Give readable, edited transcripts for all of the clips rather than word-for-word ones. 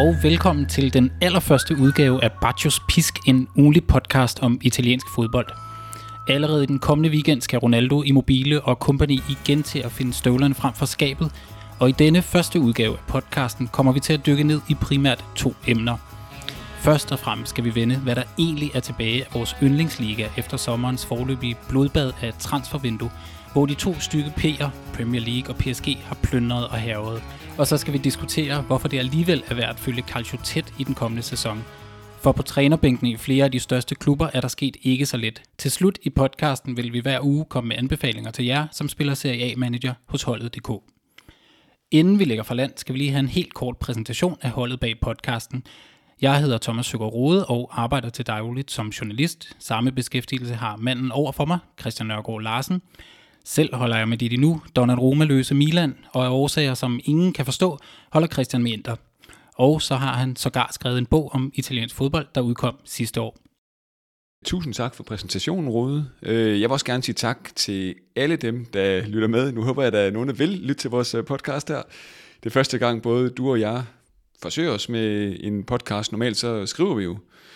og velkommen til den allerførste udgave af Baccios Pisk, en ugenlig podcast om italiensk fodbold. Allerede i den kommende weekend skal Ronaldo, Immobile og company igen til at finde støvlerne frem fra skabet, og i denne første udgave af podcasten kommer vi til at dykke ned i primært 2 emner. Først og fremmest skal vi vende, hvad der egentlig er tilbage af vores yndlingsliga efter sommerens forløbige blodbad af transfervindue, hvor de 2 stykke P'er, Premier League og PSG, har plyndret og hærget. Og så skal vi diskutere, hvorfor det alligevel er værd at følge Calcio tæt i den kommende sæson. For på trænerbænken i flere af de største klubber er der sket ikke så lidt. Til slut i podcasten vil vi hver uge komme med anbefalinger til jer, som spiller Serie A-manager hos holdet.dk. Inden vi lægger for land, skal vi lige have en helt kort præsentation af holdet bag podcasten. Jeg hedder Thomas Søgaard Rode og arbejder til dagligt som journalist. Samme beskæftigelse har manden over for mig, Christian Nørgaard Larsen. Selv holder jeg med dit endnu Donnarumma-løse Milan, og af årsager, som ingen kan forstå, holder Christian med Inter. Og så har han sågar skrevet en bog om italiensk fodbold, der udkom sidste år. Tusind tak for præsentationen, Rode. Jeg vil også gerne sige tak til alle dem, der lytter med. Nu håber jeg, at der er nogen, der vil lytte til vores podcast her. Det er første gang, både du og jeg forsøger os med en podcast. Normalt så skriver vi jo.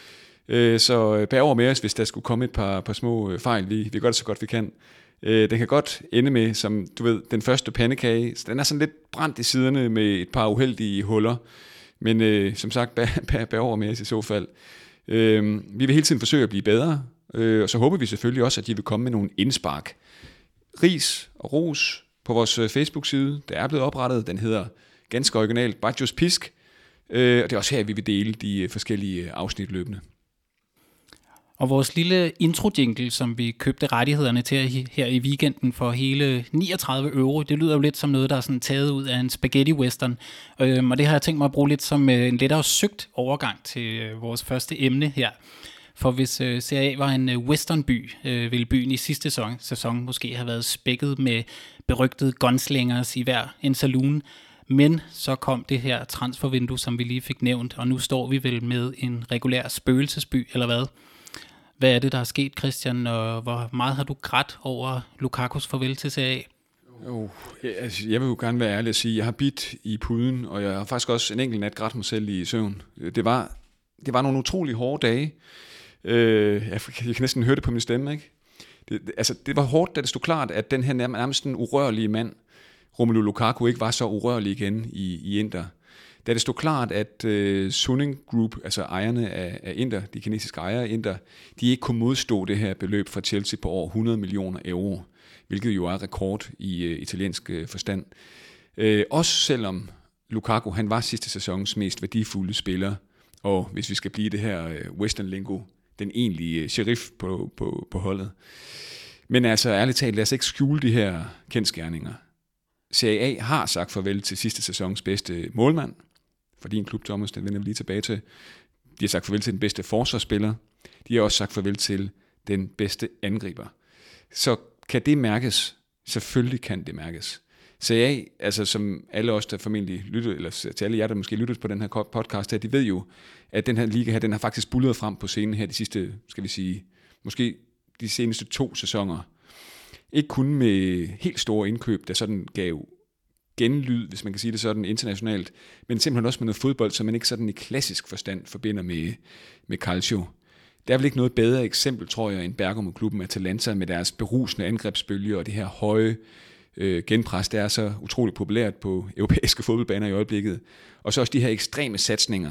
Så bær over med os, hvis der skulle komme et par små fejl. Vi gør det så godt, vi kan. Den kan godt ende med, som du ved, den første pandekage. Så den er sådan lidt brændt i siderne med et par uheldige huller. Men som sagt, bær over med os i så fald. Vi vil hele tiden forsøge at blive bedre. Og så håber vi selvfølgelig også, at de vil komme med nogle indspark. Ris og ros på vores Facebook-side. Der er blevet oprettet. Den hedder ganske originalt Baccios Pisk. Og det er også her, vi vil dele de forskellige afsnit løbende. Og vores lille intro-jingle, som vi købte rettighederne til her i weekenden for hele 39 euro, det lyder jo lidt som noget, der er sådan taget ud af en spaghetti-western. Og det har jeg tænkt mig at bruge lidt som en lettere søgt overgang til vores første emne her. For hvis Serie A var en westernby, ville byen i sidste sæson måske have været spækket med berygtede gunslingers i hver en saloon. Men så kom det her transfervindue, som vi lige fik nævnt, og nu står vi vel med en regulær spøgelsesby, eller hvad? Hvad er det, der er sket, Christian, og hvor meget har du grædt over Lukakos farvel til Serie A? Jeg vil jo gerne være ærlig at sige, at jeg har bidt i puden, og jeg har faktisk også en enkelt nat grædt mig selv i søvn. Det var nogle utrolig hårde dage. Jeg kan næsten høre det på min stemme, ikke? Det var hårdt, da det stod klart, at den her nærmest den urørlige mand, Romelu Lukaku, ikke var så urørlig igen i Inter. Da det stod klart, at Suning Group, altså ejerne af Inter, de kinesiske ejere af Inter, de ikke kunne modstå det her beløb fra Chelsea på over 100 millioner euro, hvilket jo er rekord i italiensk forstand. Også selvom Lukaku, han var sidste sæsons mest værdifulde spiller, og hvis vi skal blive det her Western Lingo, den egentlige sheriff på holdet. Men altså ærligt talt, lad os ikke skjule de her kendsgerninger. Serie A har sagt farvel til sidste sæsons bedste målmand. For din klub, Thomas, den vender vi lige tilbage til. De har sagt farvel til den bedste forsvarsspiller. De har også sagt farvel til den bedste angriber. Så kan det mærkes? Selvfølgelig kan det mærkes. Serie A, altså som alle os, der formentlig lytter, eller til alle jer, der måske lytter på den her podcast her, de ved jo, at den her liga her, den har faktisk bullet frem på scenen her de sidste, skal vi sige, måske de seneste 2 sæsoner. Ikke kun med helt store indkøb, der sådan gav genlyd, hvis man kan sige det sådan, internationalt, men simpelthen også med noget fodbold, som man ikke sådan i klassisk forstand forbinder med Calcio. Der er vel ikke noget bedre eksempel, tror jeg, end Bergamo-klubben Atalanta med deres berusende angrebsbølge og det her høje genpres, der er så utroligt populært på europæiske fodboldbaner i øjeblikket. Og så også de her ekstreme satsninger.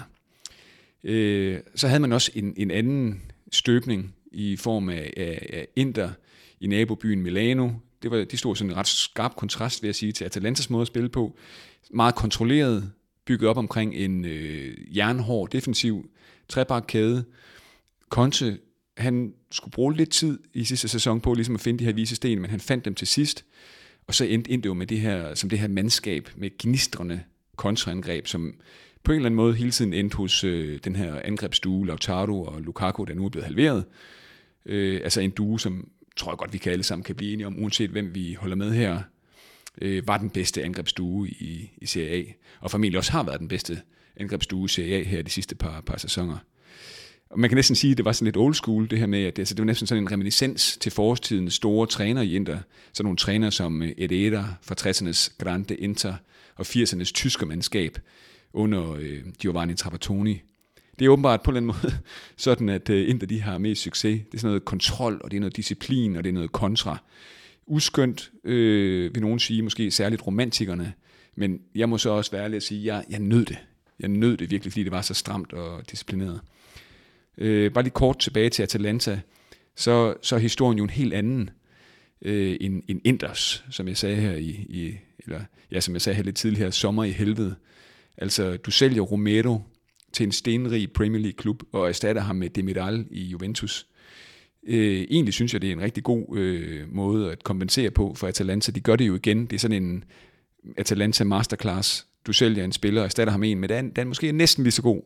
Så havde man også en anden støbning i form af Inter i nabobyen Milano. De stod sådan en ret skarp kontrast, vil jeg sige, til Atalantas måde at spille på. Meget kontrolleret, bygget op omkring en jernhård defensiv trebakkæde. Conte, han skulle bruge lidt tid i sidste sæson på ligesom at finde de her vise sten, men han fandt dem til sidst. Og så endte det jo med det her mandskab med gnistrende kontraangreb, som på en eller anden måde hele tiden endte hos den her angrebsdue, Lautaro og Lukaku, der nu er blevet halveret. Altså en due, som tror jeg godt, vi kan alle sammen kan blive enige om, uanset hvem vi holder med her, var den bedste angrebsdue i Serie A, og formentlig også har været den bedste angrebsdue i Serie A her de sidste par sæsoner. Og man kan næsten sige, at det var sådan lidt old school, det her med, at det var næsten sådan en reminiscens til forårstidens store træner i Inter. Sådan nogle træner som Herrera fra 60'ernes Grande Inter og 80'ernes tyskermandskab under Giovanni Trapattoni. Det er åbenbart på en eller anden måde sådan, at Inter de har mest succes. Det er sådan noget kontrol, og det er noget disciplin, og det er noget kontra. Uskyndt, vil nogen sige, måske særligt romantikerne, men jeg må så også være ærlig at sige, at jeg nød det. Jeg nød det virkelig, fordi det var så stramt og disciplineret. Bare lige kort tilbage til Atalanta, så er historien jo en helt anden end Inters, som jeg sagde her som jeg sagde her lidt tidligere, sommer i helvede. Altså, du sælger Romero til en stenrig Premier League klub og erstatter ham med Demiral i Juventus. Egentlig synes jeg, det er en rigtig god måde at kompensere på for Atalanta. De gør det jo igen. Det er sådan en Atalanta masterclass. Du sælger en spiller og erstatter ham en, men den er måske næsten lige så god.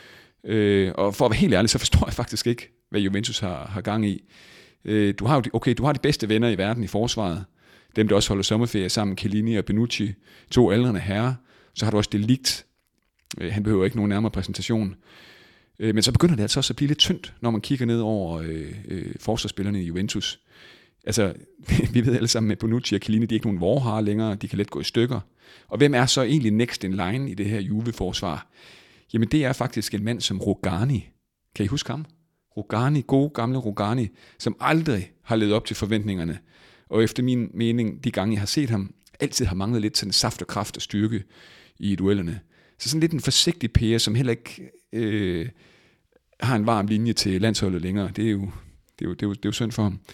Og for at være helt ærlig, så forstår jeg faktisk ikke, hvad Juventus har gang i. Du har de bedste venner i verden i forsvaret. Dem, der også holder sommerferie sammen, Chiellini og Bonucci, 2 aldrende herrer. Så har du også De Ligt. Han behøver ikke nogen nærmere præsentation. Men så begynder det altså også at blive lidt tyndt, når man kigger ned over forsvarsspillerne i Juventus. Altså, vi ved alle sammen med Bonucci og Chiellini, de er ikke nogen vorharer længere, de kan let gå i stykker. Og hvem er så egentlig next in line i det her Juve-forsvar? Jamen, det er faktisk en mand som Rugani. Kan I huske ham? Rugani, gode gamle Rugani, som aldrig har levet op til forventningerne. Og efter min mening, de gange jeg har set ham, altid har manglet lidt sådan saft og kraft og styrke i duellerne. Så sådan lidt en forsigtig pære, som heller ikke har en varm linje til landsholdet længere. Det er jo synd for ham.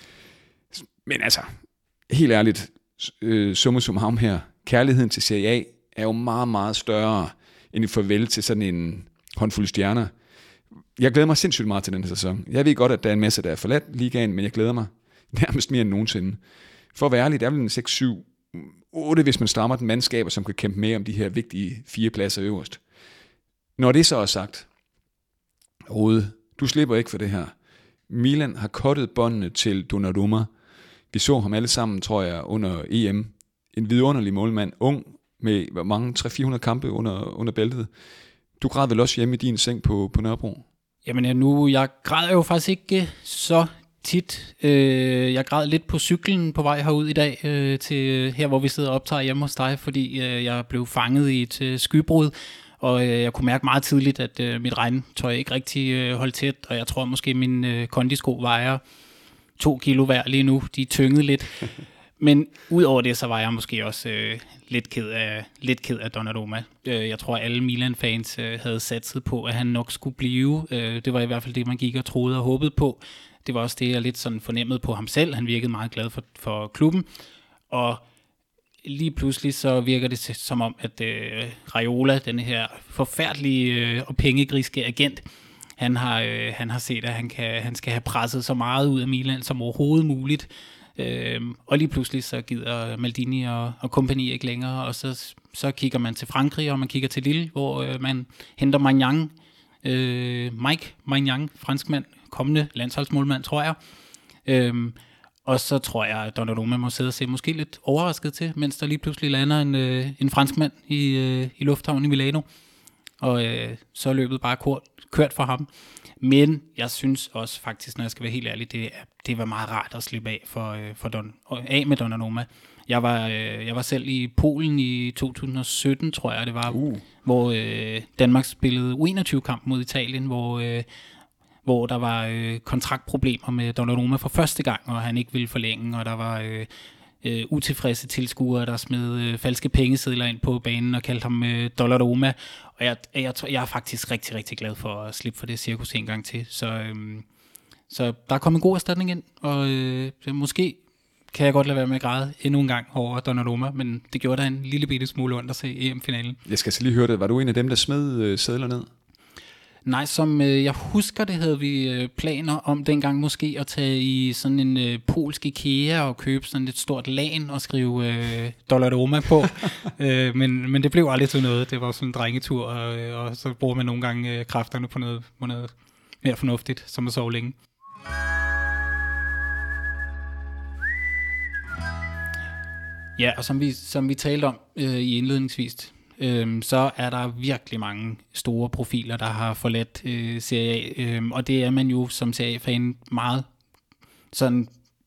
Men altså, helt ærligt, summa summarum her, kærligheden til Serie A er jo meget, meget større end et farvel til sådan en håndfuld stjerner. Jeg glæder mig sindssygt meget til den her sæson. Jeg ved godt, at der er en masse, der er forladt ligaen, men jeg glæder mig nærmest mere end nogensinde. For at være ærlig, der er vel en 6, 7, 8, hvis man strammer den mandskaber, som kan kæmpe med om de her vigtige 4 pladser øverst. Når det så er sagt, Rode, du slipper ikke for det her. Milan har cuttet båndene til Donnarumma. Vi så ham alle sammen, tror jeg, under EM. En vidunderlig målmand, ung, med hvor mange 300-400 kampe under bæltet. Du græd vel også hjemme i din seng på Nørrebro? Jamen jeg græd jo faktisk ikke så tit. Jeg græd lidt på cyklen på vej herud i dag, til her, hvor vi sidder og optager hjemme hos dig, fordi jeg blev fanget i et skybrud, og jeg kunne mærke meget tidligt, at mit regntøj ikke rigtig holdt tæt, og jeg tror måske, min kondisko vejer 2 kilo hver lige nu. De tyngede lidt. Men udover det, så var jeg måske også lidt ked af Donnarumma. Jeg tror, alle Milan-fans havde satset på, at han nok skulle blive. Det var i hvert fald det, man gik og troede og håbede på. Det var også det, jeg lidt sådan fornemmede på ham selv. Han virkede meget glad for klubben. Og lige pludselig så virker det som om, at Raiola, den her forfærdelige og pengegriske agent, han har set, at han skal have presset så meget ud af Milan som overhovedet muligt. Og lige pludselig så gider Maldini og kompagni ikke længere, og så kigger man til Frankrig, og man kigger til Lille, hvor man henter Mike Maignan, franskmand, kommende landsholdsmålmand, tror jeg. Og så tror jeg, at Donnarumma må sidde og se måske lidt overrasket til, mens der lige pludselig lander en franskmand i lufthavnen i Milano. Og så er løbet bare kørt for ham. Men jeg synes også faktisk, når jeg skal være helt ærlig, det var meget rart at slippe af med Donnarumma. Jeg var selv i Polen i 2017, tror jeg det var, hvor Danmark spillede U21-kamp mod Italien, hvor der var kontraktproblemer med Donnarumma for første gang, og han ikke ville forlænge, og der var utilfredse tilskuere, der smed falske pengesedler ind på banen og kaldte ham Donnarumma. Og jeg er faktisk rigtig, rigtig glad for at slippe for det cirkus en gang til. Så der er kommet en god erstatning ind, og måske kan jeg godt lade være med at græde endnu en gang over Donnarumma, men det gjorde der en lille bitte smule ondt at se EM-finalen. Jeg skal så lige høre det. Var du en af dem, der smed sedler ned? Nej, som jeg husker det, havde vi planer om dengang måske at tage i sådan en polsk IKEA og købe sådan et stort lagen og skrive Donnarumma på. men det blev aldrig til noget. Det var sådan en drengetur, og så bruger man nogle gange kræfterne på noget mere fornuftigt, som at sove længe. Ja, og som vi talte om i indledningsvis, så er der virkelig mange store profiler, der har forladt Serie A, og det er man jo som Serie A-fan meget sådan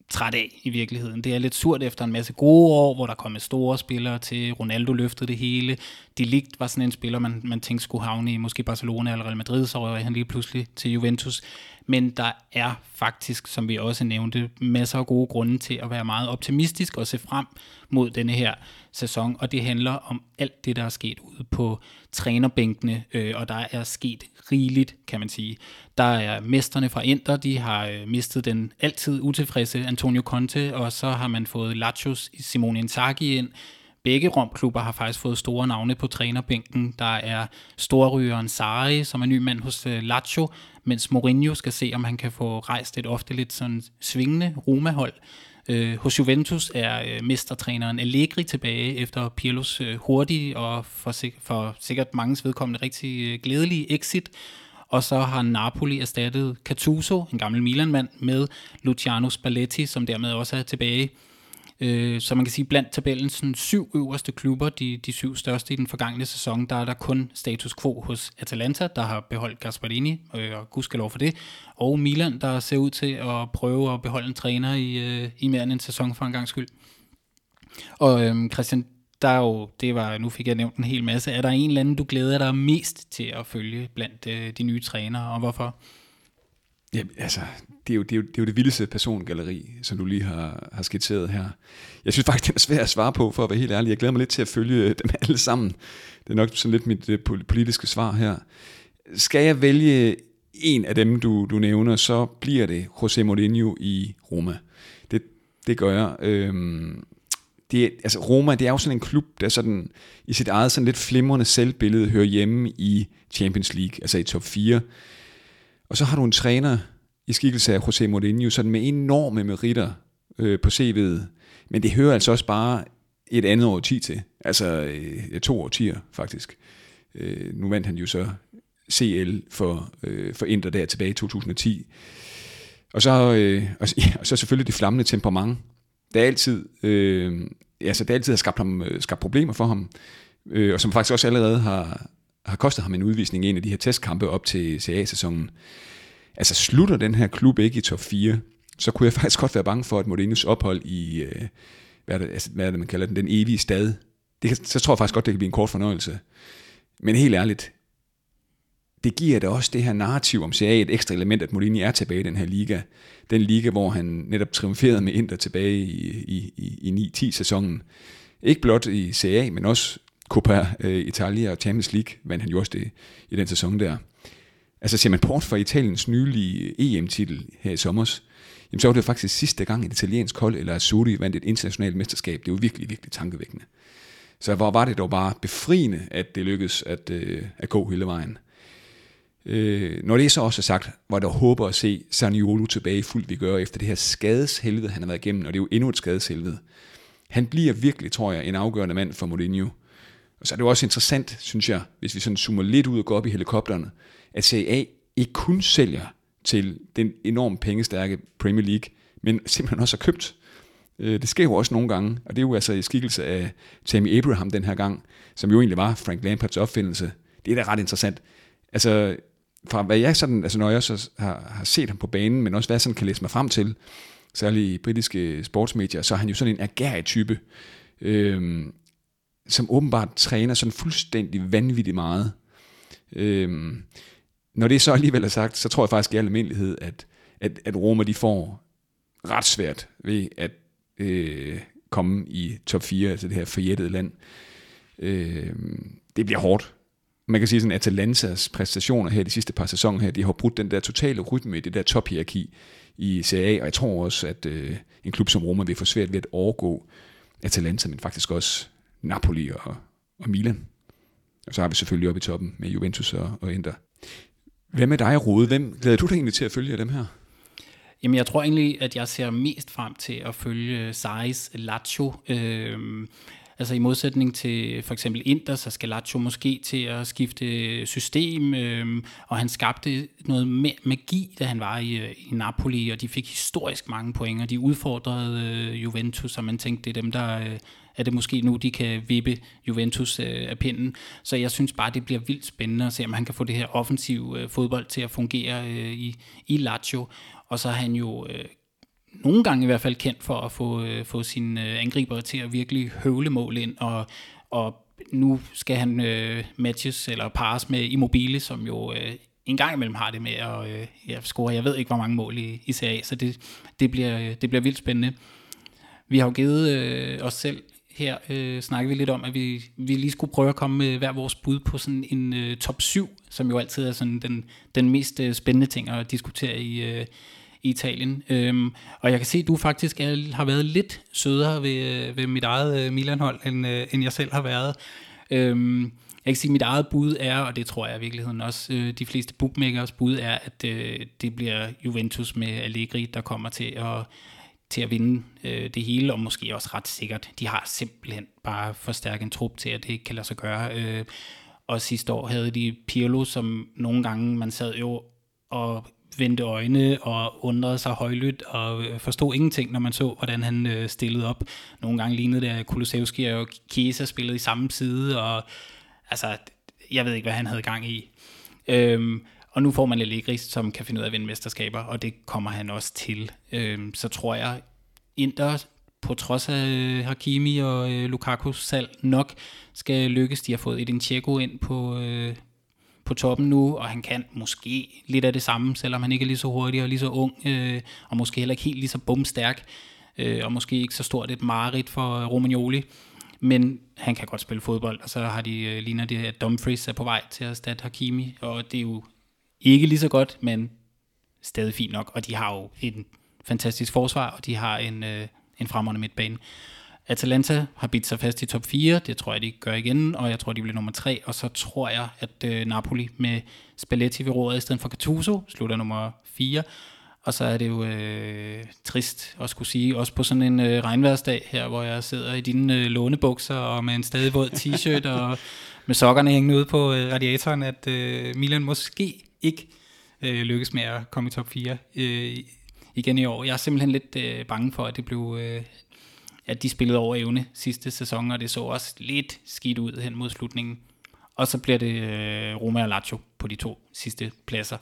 træt af i virkeligheden. Det er lidt surt efter en masse gode år, hvor der kom store spillere til. Ronaldo løftede det hele. De Ligt var sådan en spiller, man tænkte skulle havne i måske Barcelona eller Real Madrid, så røg han lige pludselig til Juventus. Men der er faktisk, som vi også nævnte, masser af gode grunde til at være meget optimistisk og se frem mod denne her sæson, og det handler om alt det, der er sket ude på trænerbænkene, og der er sket rigeligt, kan man sige. Der er mesterne fra Inter, de har mistet den altid utilfredse Antonio Conte, og så har man fået Lazios Simone Inzaghi ind. Begge Rom-klubber har faktisk fået store navne på trænerbænken. Der er storrygeren Sarri, som er ny mand hos Lazio, mens Mourinho skal se, om han kan få rejst et ofte lidt sådan svingende Roma-hold. Hos Juventus er mestertræneren Allegri tilbage efter Pirlos hurtige og for sikkert manges vedkommende rigtig glædelige exit. Og så har Napoli erstattet Gattuso, en gammel Milan-mand, med Luciano Spalletti, som dermed også er tilbage. Så man kan sige, blandt tabellens 7 øverste klubber, de 7 største i den forgangne sæson, der er der kun status quo hos Atalanta, der har beholdt Gasparini, og gudskelov for det, og Milan, der ser ud til at prøve at beholde en træner i mere end en sæson for en gangs skyld. Og Christian, der er jo, nu fik jeg nævnt en hel masse, er der en eller anden, du glæder dig mest til at følge blandt de nye trænere, og hvorfor? Ja, altså, det er jo det vildeste persongalleri, som du lige har skitseret her. Jeg synes faktisk, det er svært at svare på, for at være helt ærlig. Jeg glæder mig lidt til at følge dem alle sammen. Det er nok sådan lidt mit politiske svar her. Skal jeg vælge en af dem, du nævner, så bliver det José Mourinho i Roma. Det gør jeg. Roma, det er jo sådan en klub, der sådan i sit eget sådan lidt flimrende selvbillede hører hjemme i Champions League, altså i top 4. Og så har du en træner i skikkelse af José Mourinho, sådan med enorme meritter på CV'et. Men det hører altså også bare et andet årti til. Altså 2 årtier faktisk. Nu vandt han jo så CL for Inter der tilbage i 2010. Og så selvfølgelig det flammende temperament. Der altid har skabt problemer for ham. Og som faktisk også allerede har kostet ham en udvisning i en af de her testkampe op til CA-sæsonen. Altså slutter den her klub ikke i top 4, så kunne jeg faktisk godt være bange for, at Mourinhos ophold i, hvad er det man kalder den evige stad, så tror jeg faktisk godt, det kan blive en kort fornøjelse. Men helt ærligt, det giver da også det her narrativ om CA et ekstra element, at Mourinho er tilbage i den her liga. Den liga, hvor han netop triumferede med Inter tilbage i 9-10 sæsonen. Ikke blot i CA, men også Coppa Italia og Champions League vandt han jo også det i den sæson der. Altså ser man bort fra Italiens nylige EM-titel her i sommer, jamen så var det faktisk sidste gang et italiensk hold eller Azzurri vandt et internationalt mesterskab. Det er jo virkelig, virkelig tankevækkende. Så hvor var det dog bare befriende, at det lykkedes at gå hele vejen. Når det så også er sagt, var der håber at se Zaniolo tilbage fuldt vi gør efter det her skadeshelvede, han har været igennem, og det er jo endnu et skadeshelvede. Han bliver virkelig, tror jeg, en afgørende mand for Mourinho. Og så er det jo også interessant, synes jeg, hvis vi sådan zoomer lidt ud og går op i helikopterne, at CA ikke kun sælger til den enormt pengestærke Premier League, men simpelthen også har købt. Det sker jo også nogle gange, og det er jo altså i skikkelse af Tammy Abraham den her gang, som jo egentlig var Frank Lampards opfindelse. Det er da ret interessant. Altså, fra hvad jeg sådan, altså når jeg så har set ham på banen, men også hvad jeg sådan kan læse mig frem til, særligt i britiske sportsmedier, så er han jo sådan en agerig type, som åbenbart træner sådan fuldstændig vanvittigt meget. Når det så alligevel er sagt, så tror jeg faktisk i al almindelighed, at Roma de får ret svært ved at komme i top 4, altså det her forjættede land. Det bliver hårdt. Man kan sige sådan, at Atalantas præstationer her de sidste par sæsoner her, de har brudt den der totale rytme i det der tophierarki i Serie A, og jeg tror også, at en klub som Roma vil få svært ved at overgå Atalanta, men faktisk også Napoli og Milan. Og så har vi selvfølgelig oppe i toppen med Juventus og Inter. Hvad med dig, Rode? Hvem glæder du dig egentlig til at følge dem her? Jamen, jeg tror egentlig, at jeg ser mest frem til at følge Sarris Lazio. Altså i modsætning til for eksempel Inter, så skal Lazio måske til at skifte system, og han skabte noget magi, da han var i Napoli, og de fik historisk mange point, og de udfordrede Juventus, og man tænkte, det er dem, der er det måske nu, de kan vippe Juventus af pinden. Så jeg synes bare, det bliver vildt spændende at se, om han kan få det her offensiv fodbold til at fungere i Lazio. Og så er han jo nogle gange i hvert fald kendt for at få sine angriber til at virkelig høvle mål ind, og nu skal han matches eller pares med Immobile, som jo en gang imellem har det med at score. Jeg ved ikke, hvor mange mål i Serie A, så det bliver vildt spændende. Vi har jo givet os selv her, snakker vi lidt om, at vi lige skulle prøve at komme med hver vores bud på sådan en top 7, som jo altid er sådan den mest spændende ting at diskutere i Italien. Og jeg kan se, at du faktisk har været lidt sødere ved mit eget Milan-hold, end jeg selv har været. Jeg kan sige, at mit eget bud er, og det tror jeg i virkeligheden også, de fleste bookmakers bud er, at det bliver Juventus med Allegri, der kommer til at vinde det hele, og måske også ret sikkert. De har simpelthen bare for stærk en trup til, at det ikke kan lade sig gøre. Og sidste år havde de Pirlo, som nogle gange man sad jo og vendte øjne og undrede sig højlydt og forstod ingenting, når man så, hvordan han stillede op. Nogle gange lignede det, at Kulusevski og Chiesa spillede i samme side, og altså, jeg ved ikke, hvad han havde gang i. Og nu får man Allegri, som kan finde ud af at vinde mesterskaber, og det kommer han også til. Så tror jeg, Inter, på trods af Hakimi og Lukakus salg, nok skal lykkes. De har fået Edin Dzeko ind på toppen nu, og han kan måske lidt af det samme, selvom han ikke er lige så hurtig og lige så ung, og måske heller ikke helt lige så bumstærk, og måske ikke så stort et mareridt for Romagnoli. Men han kan godt spille fodbold, og så har de ligner det, at Dumfries er på vej til at erstatte Hakimi, og det er jo ikke lige så godt, men stadig fint nok, og de har jo en fantastisk forsvar, og de har en fremragende midtbane. Atalanta har bidt sig fast i top 4, det tror jeg, de gør igen, og jeg tror, de bliver nummer 3, og så tror jeg, at Napoli med Spalletti ved roret i stedet for Gattuso slutter nummer 4, og så er det jo trist at skulle sige, også på sådan en regnvejrsdag her, hvor jeg sidder i dine lånebukser og med en stadig våd t-shirt og med sokkerne hængende ude på radiatoren, at Milan måske ikke lykkes med at komme i top 4 igen i år. Jeg er simpelthen lidt bange for, at det blev at de spillede over evne sidste sæson, og det så også lidt skidt ud hen mod slutningen. Og så bliver det Roma og Lazio på de 2 sidste pladser.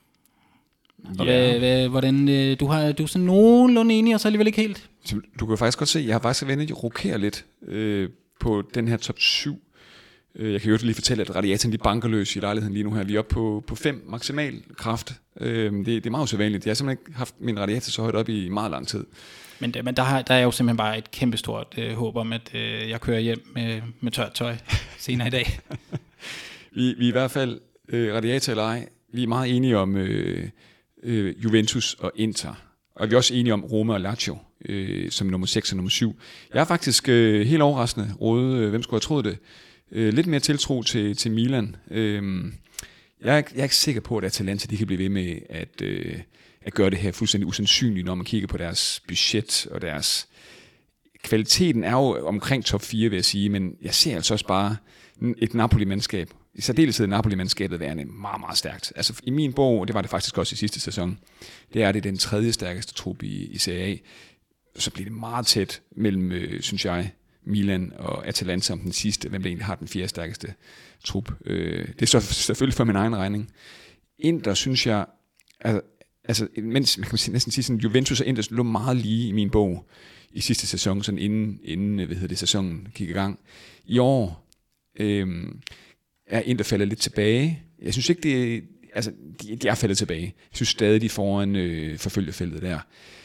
Og hvordan du er sådan nogenlunde enig, og så alligevel ikke helt? Du kan faktisk godt se, jeg har faktisk vendt at rokere lidt på den her top 7. Jeg kan jo lige fortælle, at radiatoren lige banker løs i lejligheden lige nu her. Vi er oppe på 5 maksimal kraft. Det er meget usædvanligt. Jeg har simpelthen ikke haft min radiator så højt op i meget lang tid. Men der er jo simpelthen bare et kæmpestort håb om, at jeg kører hjem med tørt tøj senere i dag. Vi er i hvert fald, radiator eller ej, vi er meget enige om Juventus og Inter. Og vi er også enige om Roma og Lazio som nummer 6 og nummer 7. Jeg er faktisk helt overraskende rådet, hvem skulle have troet det, lidt mere tiltro til Milan. Jeg er ikke sikker på, at Atalanta de kan blive ved med at gøre det her fuldstændig usandsynligt, når man kigger på deres budget og deres... Kvaliteten er jo omkring top 4, vil jeg sige, men jeg ser altså også bare et Napoli-mandskab, i særdeleshed Napoli-mandskabet værende meget, meget stærkt. Altså i min bog, og det var det faktisk også i sidste sæson, det er den 3. stærkeste trup i Serie A. Så bliver det meget tæt mellem, synes jeg, Milan og Atalanta om den sidste, hvem der egentlig har den 4. stærkeste trup. Det er så selvfølgelig for min egen regning. Inter, synes jeg, altså mens man kan næsten sige sådan, Juventus og Inter lå meget lige i min bog i sidste sæson, sådan inden sæsonen gik i gang. I år er Inter faldet lidt tilbage. Jeg synes ikke, de er faldet tilbage. Jeg synes stadig, de foran forfølgerfeltet der.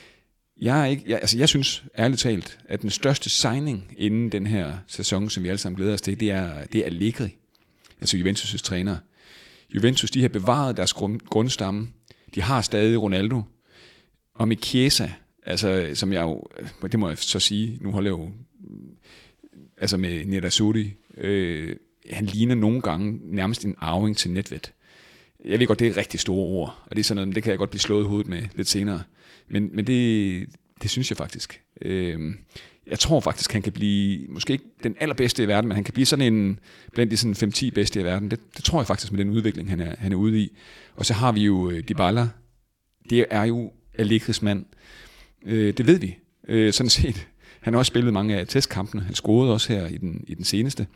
Jeg synes ærligt talt, at den største signing inden den her sæson, som vi alle sammen glæder os til, det er Allegri, altså Juventus' træner. Juventus, de har bevaret deres grundstamme. De har stadig Ronaldo. Og med Chiesa, altså, som jeg jo, det må jeg så sige, nu holder jeg jo, altså med Nerazzurri, han ligner nogle gange nærmest en arving til Nedved. Jeg ved godt, det er rigtig store ord, og det er sådan noget, det kan jeg godt blive slået i hovedet med lidt senere. Men det synes jeg faktisk. Jeg tror faktisk, han kan blive, måske ikke den allerbedste i verden, men han kan blive sådan en, blandt de sådan 5-10 bedste i verden. Det tror jeg faktisk med den udvikling, han er ude i. Og så har vi jo Dybala. Det er jo Allegris mand. Det ved vi. Sådan set. Han har også spillet mange af testkampene. Han scorede også her i den seneste.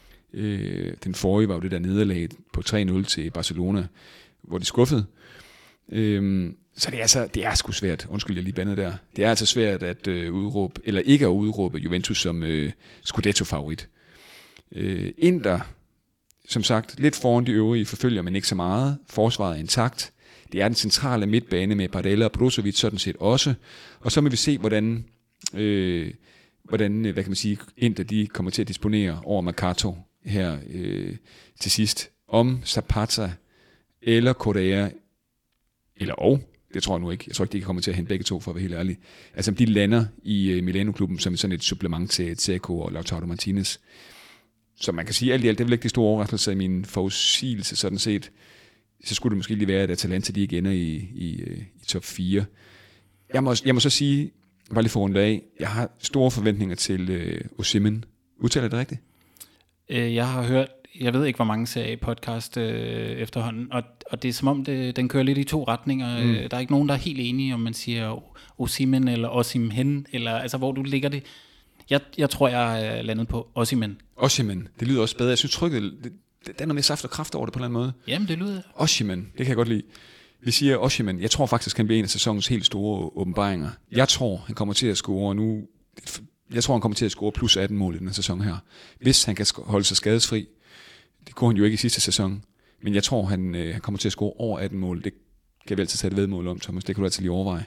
Den forrige var jo det der nederlag på 3-0 til Barcelona, hvor de skuffede. Så det er sgu svært. Undskyld, jeg lige bandede der. Det er altså svært at udråbe, eller ikke at udråbe Juventus som Scudetto-favorit. Inter, som sagt, lidt foran de øvrige forfølger, men ikke så meget. Forsvaret er intakt. Det er den centrale midtbane med Bardella og Brozovic sådan set også. Og så må vi se, hvordan hvad kan man sige, Inter de kommer til at disponere over Mercato her til sidst. Om Zapata eller Correa, det tror jeg nu ikke. Jeg tror ikke, de kan komme til at hente begge to, for at være helt ærlig. Altså, de lander i Milano-klubben som sådan et supplement til Dzeko og Lautaro Martinez. Så man kan sige, alt i alt, det er vel ikke de store overraskelser i min forudsigelse, sådan set. Så skulle det måske lige være, at Atalanta de ikke ender i top 4. Jeg må så sige, bare lige for rundt af, jeg har store forventninger til Osimhen. Udtaler det rigtigt? Jeg har hørt, jeg ved ikke, hvor mange ser i podcast efterhånden, og det er som om, den kører lidt i to retninger. Der er ikke nogen, der er helt enige, om man siger Osimhen eller Osimhen, eller altså, hvor du ligger det. Jeg tror, jeg er landet på Osimhen. Osimhen, det lyder også bedre. Jeg synes trykket, der er noget mere saft og kraft over det på en eller anden måde. Jamen, det lyder. Osimhen, det kan jeg godt lide. Vi siger Osimhen, jeg tror faktisk, han bliver en af sæsonens helt store åbenbaringer. Jeg tror, han kommer til at score plus 18 mål i den sæson her. Hvis han kan holde sig skadesfri. Det kunne han jo ikke i sidste sæson. Men jeg tror, han kommer til at score over 18 mål. Det kan vi altid tage et vedmål om, Thomas. Det kan du altid lige overveje.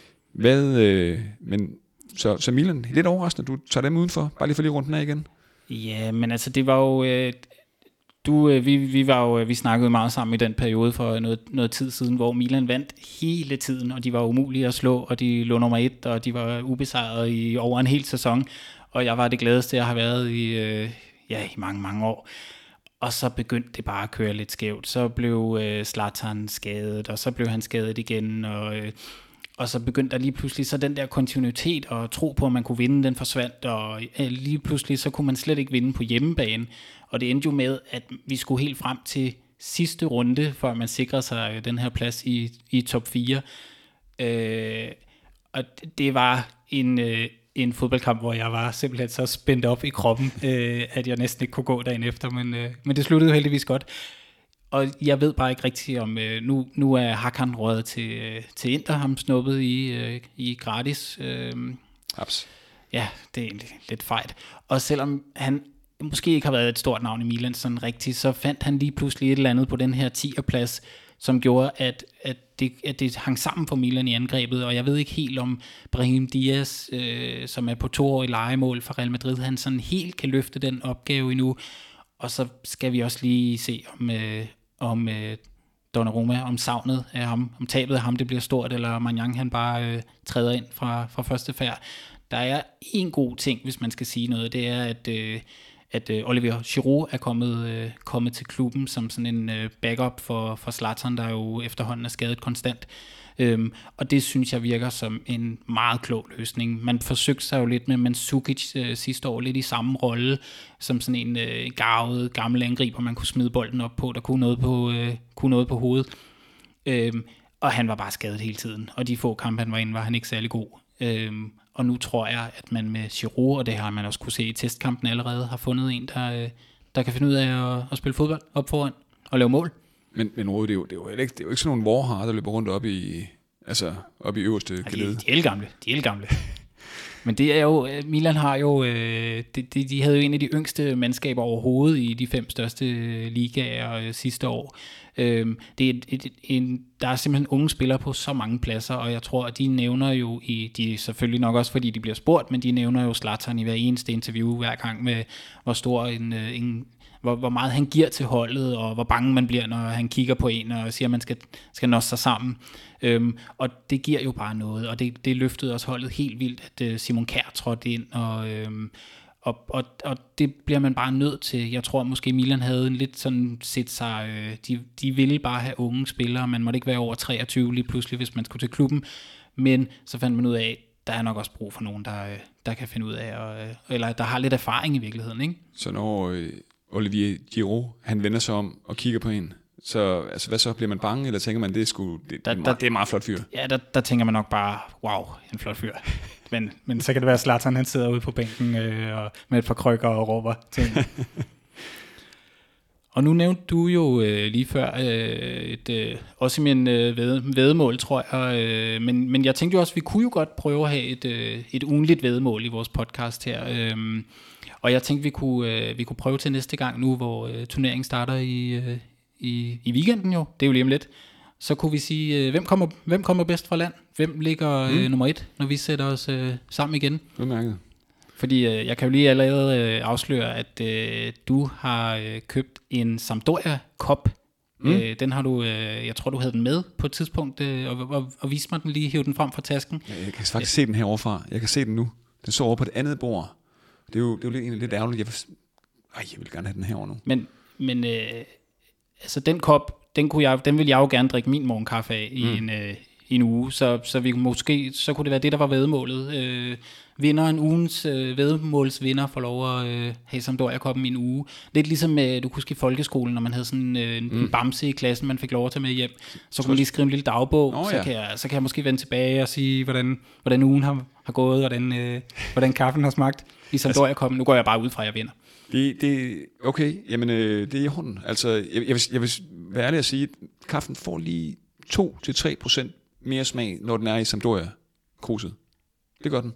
Så Milan, lidt overraskende, du tager dem udenfor. Bare lige for lige rundt den af igen. Ja, men altså det var jo... vi snakkede meget sammen i den periode for noget tid siden, hvor Milan vandt hele tiden, og de var umulige at slå, og de lå nummer 1, og de var ubesejret i over en hel sæson. Og jeg var det gladeste, jeg har været i mange, mange år. Og så begyndte det bare at køre lidt skævt. Så blev Zlatan skadet, og så blev han skadet igen, og så begyndte der lige pludselig så den der kontinuitet og tro på, at man kunne vinde, den forsvandt, og lige pludselig så kunne man slet ikke vinde på hjemmebane. Og det endte jo med, at vi skulle helt frem til sidste runde, før man sikrede sig den her plads i top 4. Og det var en fodboldkamp, hvor jeg var simpelthen så spændt op i kroppen, at jeg næsten ikke kunne gå dagen efter, men det sluttede jo heldigvis godt. Og jeg ved bare ikke rigtigt om, nu er Hakan røget til Inter, ham snuppet i gratis. Haps. Ja, det er egentlig lidt fejt. Og selvom han måske ikke har været et stort navn i Milan sådan rigtigt, så fandt han lige pludselig et eller andet på den her 10'er plads, som gjorde, at det hang sammen for Milan i angrebet, og jeg ved ikke helt om Brahim Diaz, som er på 2-årig lejemål for Real Madrid, han sådan helt kan løfte den opgave endnu. Og så skal vi også lige se om Donnarumma, om savnet af ham, om tabet af ham, det bliver stort, eller Maignan han bare træder ind fra første færd. Der er en god ting, hvis man skal sige noget, det er, at Olivier Giroud er kommet til klubben som sådan en backup for Zlatan, der jo efterhånden er skadet konstant. Og det synes jeg virker som en meget klog løsning. Man forsøgte sig jo lidt med Mandzukic sidste år, lidt i samme rolle, som sådan en garvet gammel angriber, man kunne smide bolden op på, der kunne noget på hovedet. Og han var bare skadet hele tiden, og de få kampe, han var inde, var han ikke særlig god. Og nu tror jeg, at man med Giroud, og det har man også kunne se i testkampen allerede, har fundet en, der kan finde ud af at spille fodbold op foran og lave mål. Men Rode, det er jo ikke sådan nogle Warhard, der løber rundt op i øverste gelede. De er elgamle. Men det er jo, Milan har jo, de havde jo en af de yngste mandskaber overhovedet i de 5 største ligaer sidste år. Der er simpelthen unge spillere på så mange pladser, og jeg tror, at de nævner jo, de selvfølgelig nok også, fordi de bliver spurgt, men de nævner jo Zlatan i hver eneste interview hver gang med, hvor stor hvor meget han giver til holdet, og hvor bange man bliver, når han kigger på en og siger, at man skal nå sig sammen. Og det giver jo bare noget, og det løftede også holdet helt vildt, at Simon Kjær trådte ind, og det bliver man bare nødt til. Jeg tror måske Milan havde en lidt sådan set sig, de ville bare have unge spillere, man måtte ikke være over 23 lige pludselig, hvis man skulle til klubben, men så fandt man ud af, der er nok også brug for nogen, der kan finde ud af, eller der har lidt erfaring i virkeligheden, ikke? Så når Olivier Giroud, han vender sig om og kigger på en, så altså, hvad så? Bliver man bange, eller tænker man, det er en meget flot fyr? Ja, der tænker man nok bare, wow, en flot fyr. Men så kan det være, at Zlatan, han sidder ude på bænken og med et par krykker og råber ting. Og nu nævnte du jo lige før også i min væddemål, tror jeg. Men jeg tænkte jo også, at vi kunne jo godt prøve at have et ugenligt væddemål i vores podcast her. Og jeg tænkte, vi kunne prøve til næste gang nu, hvor turneringen starter i weekenden jo. Det er jo lige om lidt. Så kunne vi sige, hvem kommer bedst fra land? Hvem ligger nummer 1, når vi sætter os sammen igen? Udmærket. Fordi jeg kan jo lige allerede afsløre, at du har købt en Sampdoria Cup. Den har du, jeg tror du havde den med på et tidspunkt, og viste mig den lige, hive den frem fra tasken. Ja, jeg kan faktisk se den her overfra. Jeg kan se den nu. Den står over på et andet bord. Det er jo lidt ærgerligt. Jeg vil gerne have den herovre nu. Men altså den kop, den vil jeg jo gerne drikke min morgenkaffe af i en uge, så vi måske, så kunne det være det, der var væddemålet. Vinderen, ugens væddemålsvinder, får lov at have Sampdoria-koppen i en uge. Lidt ligesom du kunne huske i folkeskolen, når man havde sådan en bamse i klassen, man fik lov at tage med hjem. Så kunne man lige skrive en lille dagbog, så kan jeg måske vende tilbage og sige, hvordan ugen har gået, hvordan kaffen har smagt i Sampdoria-koppen. Nu går jeg bare ud fra, at jeg vinder. Det okay, jamen det er i hånden. Altså, jeg vil være ærlig at sige, at kaffen får lige 2-3% mere smag, når den er i Sampdoria-kruset. Det gør den.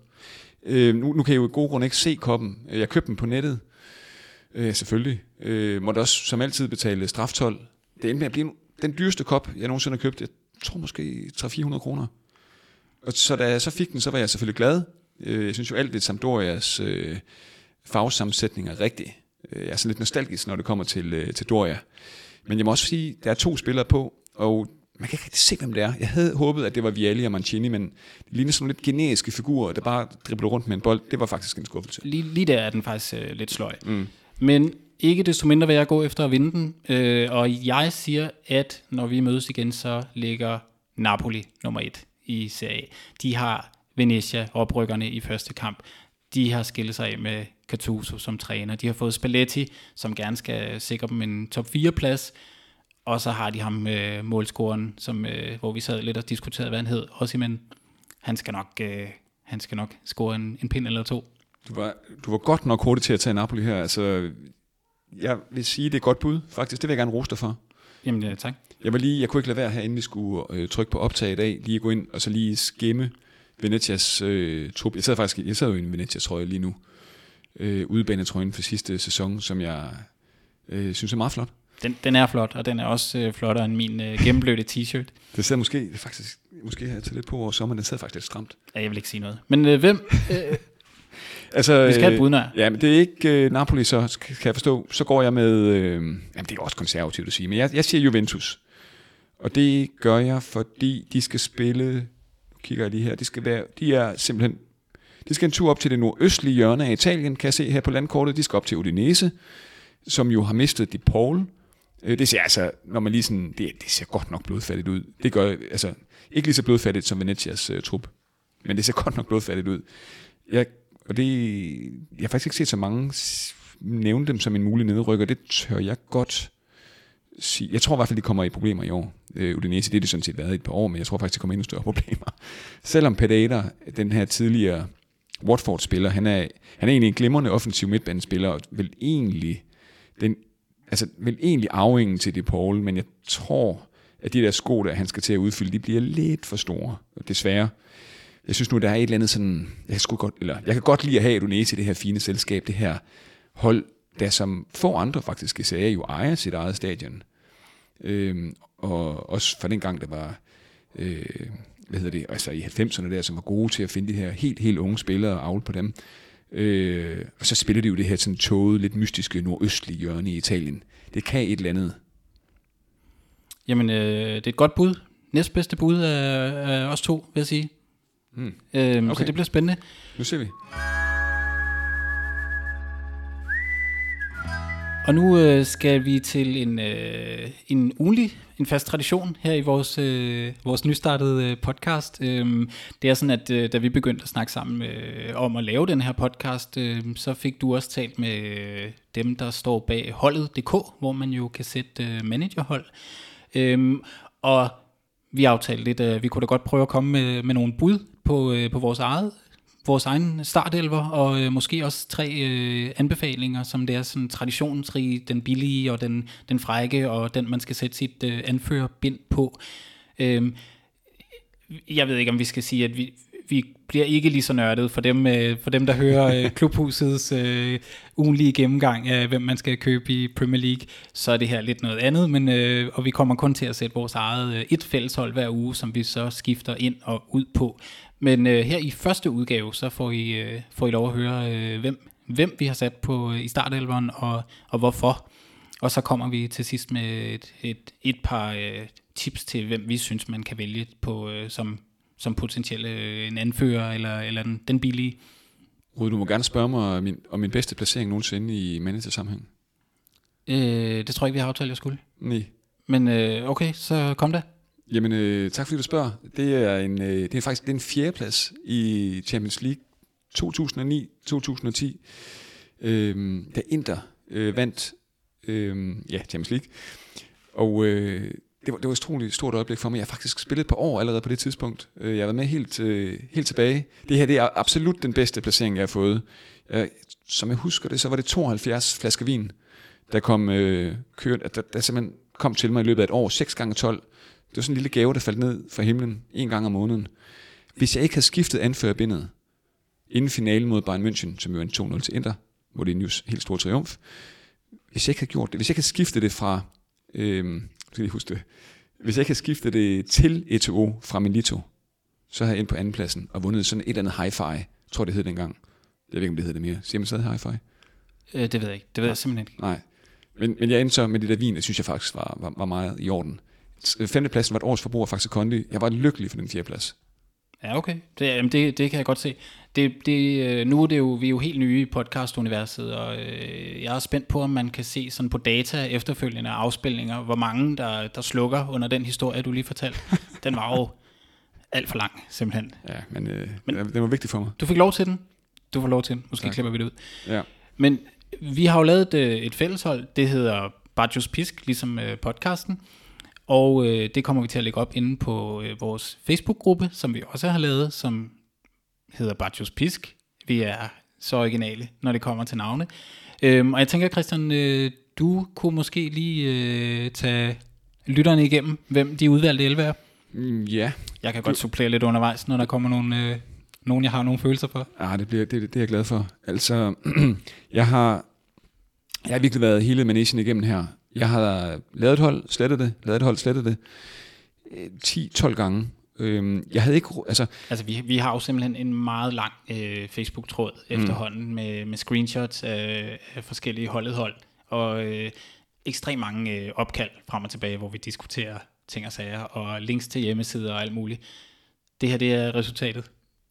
Nu kan jeg jo i god grund ikke se koppen. Jeg købte den på nettet, selvfølgelig. Måtte også som altid betale straftol. Det endte med at blive den dyreste kop, jeg nogensinde har købt. Jeg tror måske 300-400 kroner. Og så da jeg så fik den, så var jeg selvfølgelig glad. Jeg synes jo alt ved Sampdorias farvesammensætning er rigtig. Jeg er sådan lidt nostalgisk, når det kommer til Doria. Men jeg må også sige, der er 2 spillere på, og man kan ikke rigtig se, hvem det er. Jeg havde håbet, at det var Vialli og Mancini, men det ligner sådan lidt generiske figurer, der bare dribler rundt med en bold. Det var faktisk en skuffelse. Lige der er den faktisk lidt sløj. Men ikke desto mindre vil jeg gå efter at vinde den. Og jeg siger, at når vi mødes igen, så ligger Napoli nummer 1 i Serie A. De har Venezia, oprykkerne i første kamp. De har skilt sig af med Gattuso som træner. De har fået Spalletti, som gerne skal sikre dem en top 4-plads. Og så har de ham målscoren, hvor vi sad lidt og diskuterede, hvad han hed. Osimhen, han skal nok score en pind eller 2. Du var godt nok hurtig til at tage Napoli her. Altså, jeg vil sige, det er et godt bud. Faktisk, det vil jeg gerne rose dig for. Jamen, ja, tak. Jeg kunne ikke lade være her, inden vi skulle trykke på optag i dag, lige gå ind og så lige skimme Venetias trup. Jeg sad jo i en Venezia-trøje lige nu. Udebanetrøjen for sidste sæson, som jeg synes er meget flot. Den er flot, og den er også flottere end min gennemblødte t-shirt. Det sidder måske her til lidt på over sommeren, den sidder faktisk lidt stramt. Ja, jeg vil ikke sige noget. Men hvem? Altså, vi skal have et budnær. Ja, men det er ikke Napoli, så kan jeg forstå. Så går jeg med, jamen det er også konservativt at sige, men jeg siger Juventus. Og det gør jeg, fordi de skal spille, nu kigger jeg lige her, de skal en tur op til det nordøstlige hjørne af Italien, kan jeg se her på landkortet. De skal op til Udinese, som jo har mistet Di Paul. Det ser altså, når man lige sådan, det ser godt nok blodfattigt ud. Det gør altså ikke lige så blodfattigt som Venetias trup, men det ser godt nok blodfattigt ud. Jeg har faktisk ikke set så mange nævne dem som en mulig nedrykker. Det tør jeg godt sige. Jeg tror i hvert fald, de kommer i problemer i år. Udinese, det er det sådan set været i et par år, men jeg tror faktisk, de kommer endnu større problemer. Selvom Pereira, den her tidligere Watford-spiller, han er egentlig en glimrende offensiv midtbanespiller, og vil egentlig arvingen til Di Paul, men jeg tror, at de der sko, der han skal til at udfylde, de bliver lidt for store, desværre. Jeg synes nu, der er et eller andet sådan, jeg kan godt lide at have Udinese i det her fine selskab, det her hold, der som få andre faktisk i Serie A jo ejer sit eget stadion. Og også fra den gang, der var, altså i 90'erne der, som var gode til at finde de her helt unge spillere og avle på dem. Og så spiller de jo det her sådan tåget, lidt mystiske nordøstlige hjørne i Italien. Det kan et eller andet. Jamen, det er et godt bud. Næstbedste bud af os to, vil jeg sige. Okay. Så det bliver spændende. Nu ser vi. Og nu skal vi til en fast tradition her i vores nystartede podcast. Det er sådan, at da vi begyndte at snakke sammen om at lave den her podcast, så fik du også talt med dem, der står bag holdet.dk, hvor man jo kan sætte managerhold. Og vi aftalte lidt, at vi kunne da godt prøve at komme med nogle bud på vores eget vores egen startelver, og måske også 3 anbefalinger, som det er sådan traditionsrige, den billige og den frække, og den man skal sætte sit anførerbind på. Jeg ved ikke, om vi skal sige, at vi bliver ikke lige så nørdet for dem der hører Klubhusets ugenlige gennemgang af, hvem man skal købe i Premier League. Så er det her lidt noget andet, men og vi kommer kun til at sætte vores eget et fælleshold hver uge, som vi så skifter ind og ud på. Men her i første udgave, så får I lov at høre, hvem vi har sat på i startelveren, og hvorfor. Og så kommer vi til sidst med et par tips til, hvem vi synes, man kan vælge på som potentielle en anfører eller den billige. Rud, du må gerne spørge mig om min bedste placering nogensinde i manager-sammenhæng. Det tror jeg ikke, vi har aftalt, jeg skulle. Nej. Men okay, så kom da. Jamen, tak fordi du spørger. Det er faktisk en 4. plads i Champions League 2009-2010, da Inter vandt Champions League. Og det var et utroligt stort øjeblik for mig. Jeg har faktisk spillet et par år allerede på det tidspunkt. Jeg har været med helt tilbage. Det her, det er absolut den bedste placering, jeg har fået. Som jeg husker det, så var det 72 flasker vin, der kom der simpelthen kom til mig i løbet af et år. 6 gange 12. Det var sådan en lille gave, der faldt ned fra himlen 1 gang om måneden. Hvis jeg ikke havde skiftet anførerbindet inden finalen mod Bayern München, som jo er en 2-0 til Inter, hvor det er en helt stor triumf. Hvis jeg ikke havde gjort det, hvis jeg ikke havde skiftet det fra hvis jeg ikke havde skiftet det til Eto'o fra Milito, så havde jeg ind på andenpladsen og vundet sådan et eller andet hi-fi. Jeg tror, det hed dengang. Jeg ved ikke, om det hedder det mere. Siger man stadig hi-fi? Det ved jeg ikke. Det ved jeg simpelthen ikke. Nej. Men jeg endte så med det der vin, det synes jeg faktisk var meget i orden. 5. pladsen var et års forbrug af Faxe Kondi. Jeg var lykkelig for den 4. plads. Ja, okay. Det kan jeg godt se. Nu er det jo, vi er jo helt nye i podcast-universet, og jeg er spændt på, om man kan se sådan på data efterfølgende afspilninger, hvor mange der slukker under den historie, du lige fortalte. Den var jo alt for lang, simpelthen. Ja, men den var vigtig for mig. Du fik lov til den. Du får lov til den. Måske klipper vi det ud. Ja. Men vi har jo lavet et fælleshold. Det hedder Bajos Pisk, ligesom podcasten. Og det kommer vi til at lægge op inde på vores Facebook-gruppe, som vi også har lavet, som hedder Bajos Pisk. Vi er så originale, når det kommer til navne. Og jeg tænker, Christian, du kunne måske lige tage lytterne igennem, hvem de udvalgte 11 er. Ja. Jeg kan godt supplere lidt undervejs, når der kommer nogen jeg har nogle følelser for. Ja, det er jeg glad for. Altså, jeg har virkelig været hele managen igennem her. Jeg har lavet et hold, slettet det, 10-12 gange. Jeg havde ikke... Altså vi har jo simpelthen en meget lang Facebook-tråd efterhånden med screenshots af forskellige hold, og ekstremt mange opkald frem og tilbage, hvor vi diskuterer ting og sager, og links til hjemmesider og alt muligt. Det her, det er resultatet.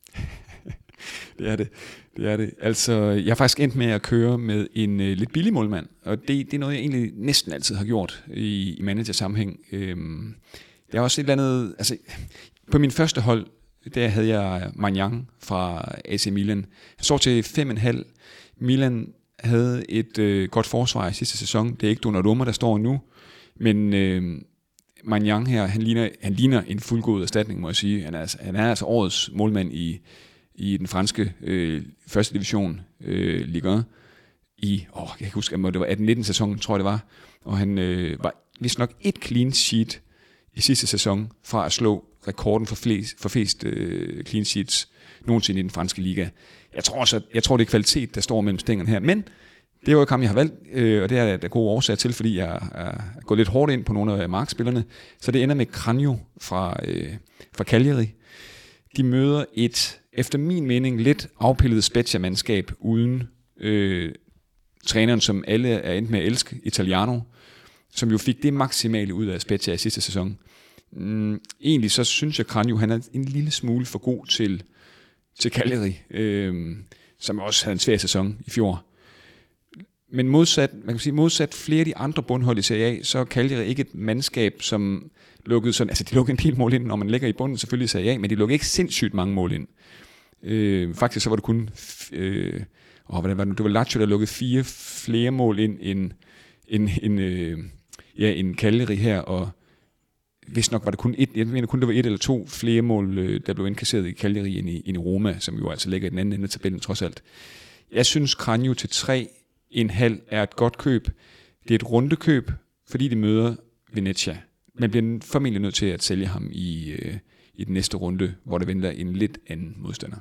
Det er det. Altså, jeg har faktisk endt med at køre med en lidt billig målmand, og det er noget, jeg egentlig næsten altid har gjort i manager-sammenhæng. Det er også et eller andet... Altså, på min første hold, der havde jeg Maignan fra AC Milan. Han står til 5,5. Milan havde et godt forsvar i sidste sæson. Det er ikke Donnarumma, der står nu, men Maignan her, han ligner en fuldgod erstatning, må jeg sige. Han er altså årets målmand i den franske første division Ligue 1 jeg kan huske, at det var 18-19 sæsonen, tror jeg det var, og han var vist nok et clean sheet i sidste sæson fra at slå rekorden for flest clean sheets nogensinde i den franske liga. Jeg tror det er kvalitet, der står mellem stængerne her, men det er jo ikke ham, jeg har valgt, og det er der gode årsager til, fordi jeg er gået lidt hårdt ind på nogle af markspillerne, så det ender med Cranio fra Cagliari. De møder et, efter min mening, lidt afpillet Spezia-mandskab uden træneren, som alle er endt med at elske, Italiano, som jo fik det maksimale ud af Spezia i sidste sæson. Egentlig så synes jeg, Cranio, han er en lille smule for god til Cagliari, som også havde en svær sæson i fjor. Men modsat flere af de andre bundhold i Serie A, så er Cagliari ikke et mandskab, som lukkede sådan, altså de lukkede en del mål ind, når man ligger i bunden selvfølgelig i Serie A, men de lukkede ikke sindssygt mange mål ind. Faktisk så var det kun, det var Lazio, der lukkede 4 flere mål ind end Cagliari her, og hvis nok var det kun jeg mener kun, der var 1 eller 2 flere mål, der blev indkasseret i Cagliari end i Roma, som jo altså ligger i den anden ende af tabellen trods alt. Jeg synes, Cragno til 3,5 er et godt køb. Det er et rundekøb, fordi de møder Venezia. Man bliver formentlig nødt til at sælge ham i den næste runde, hvor der venter en lidt anden modstander.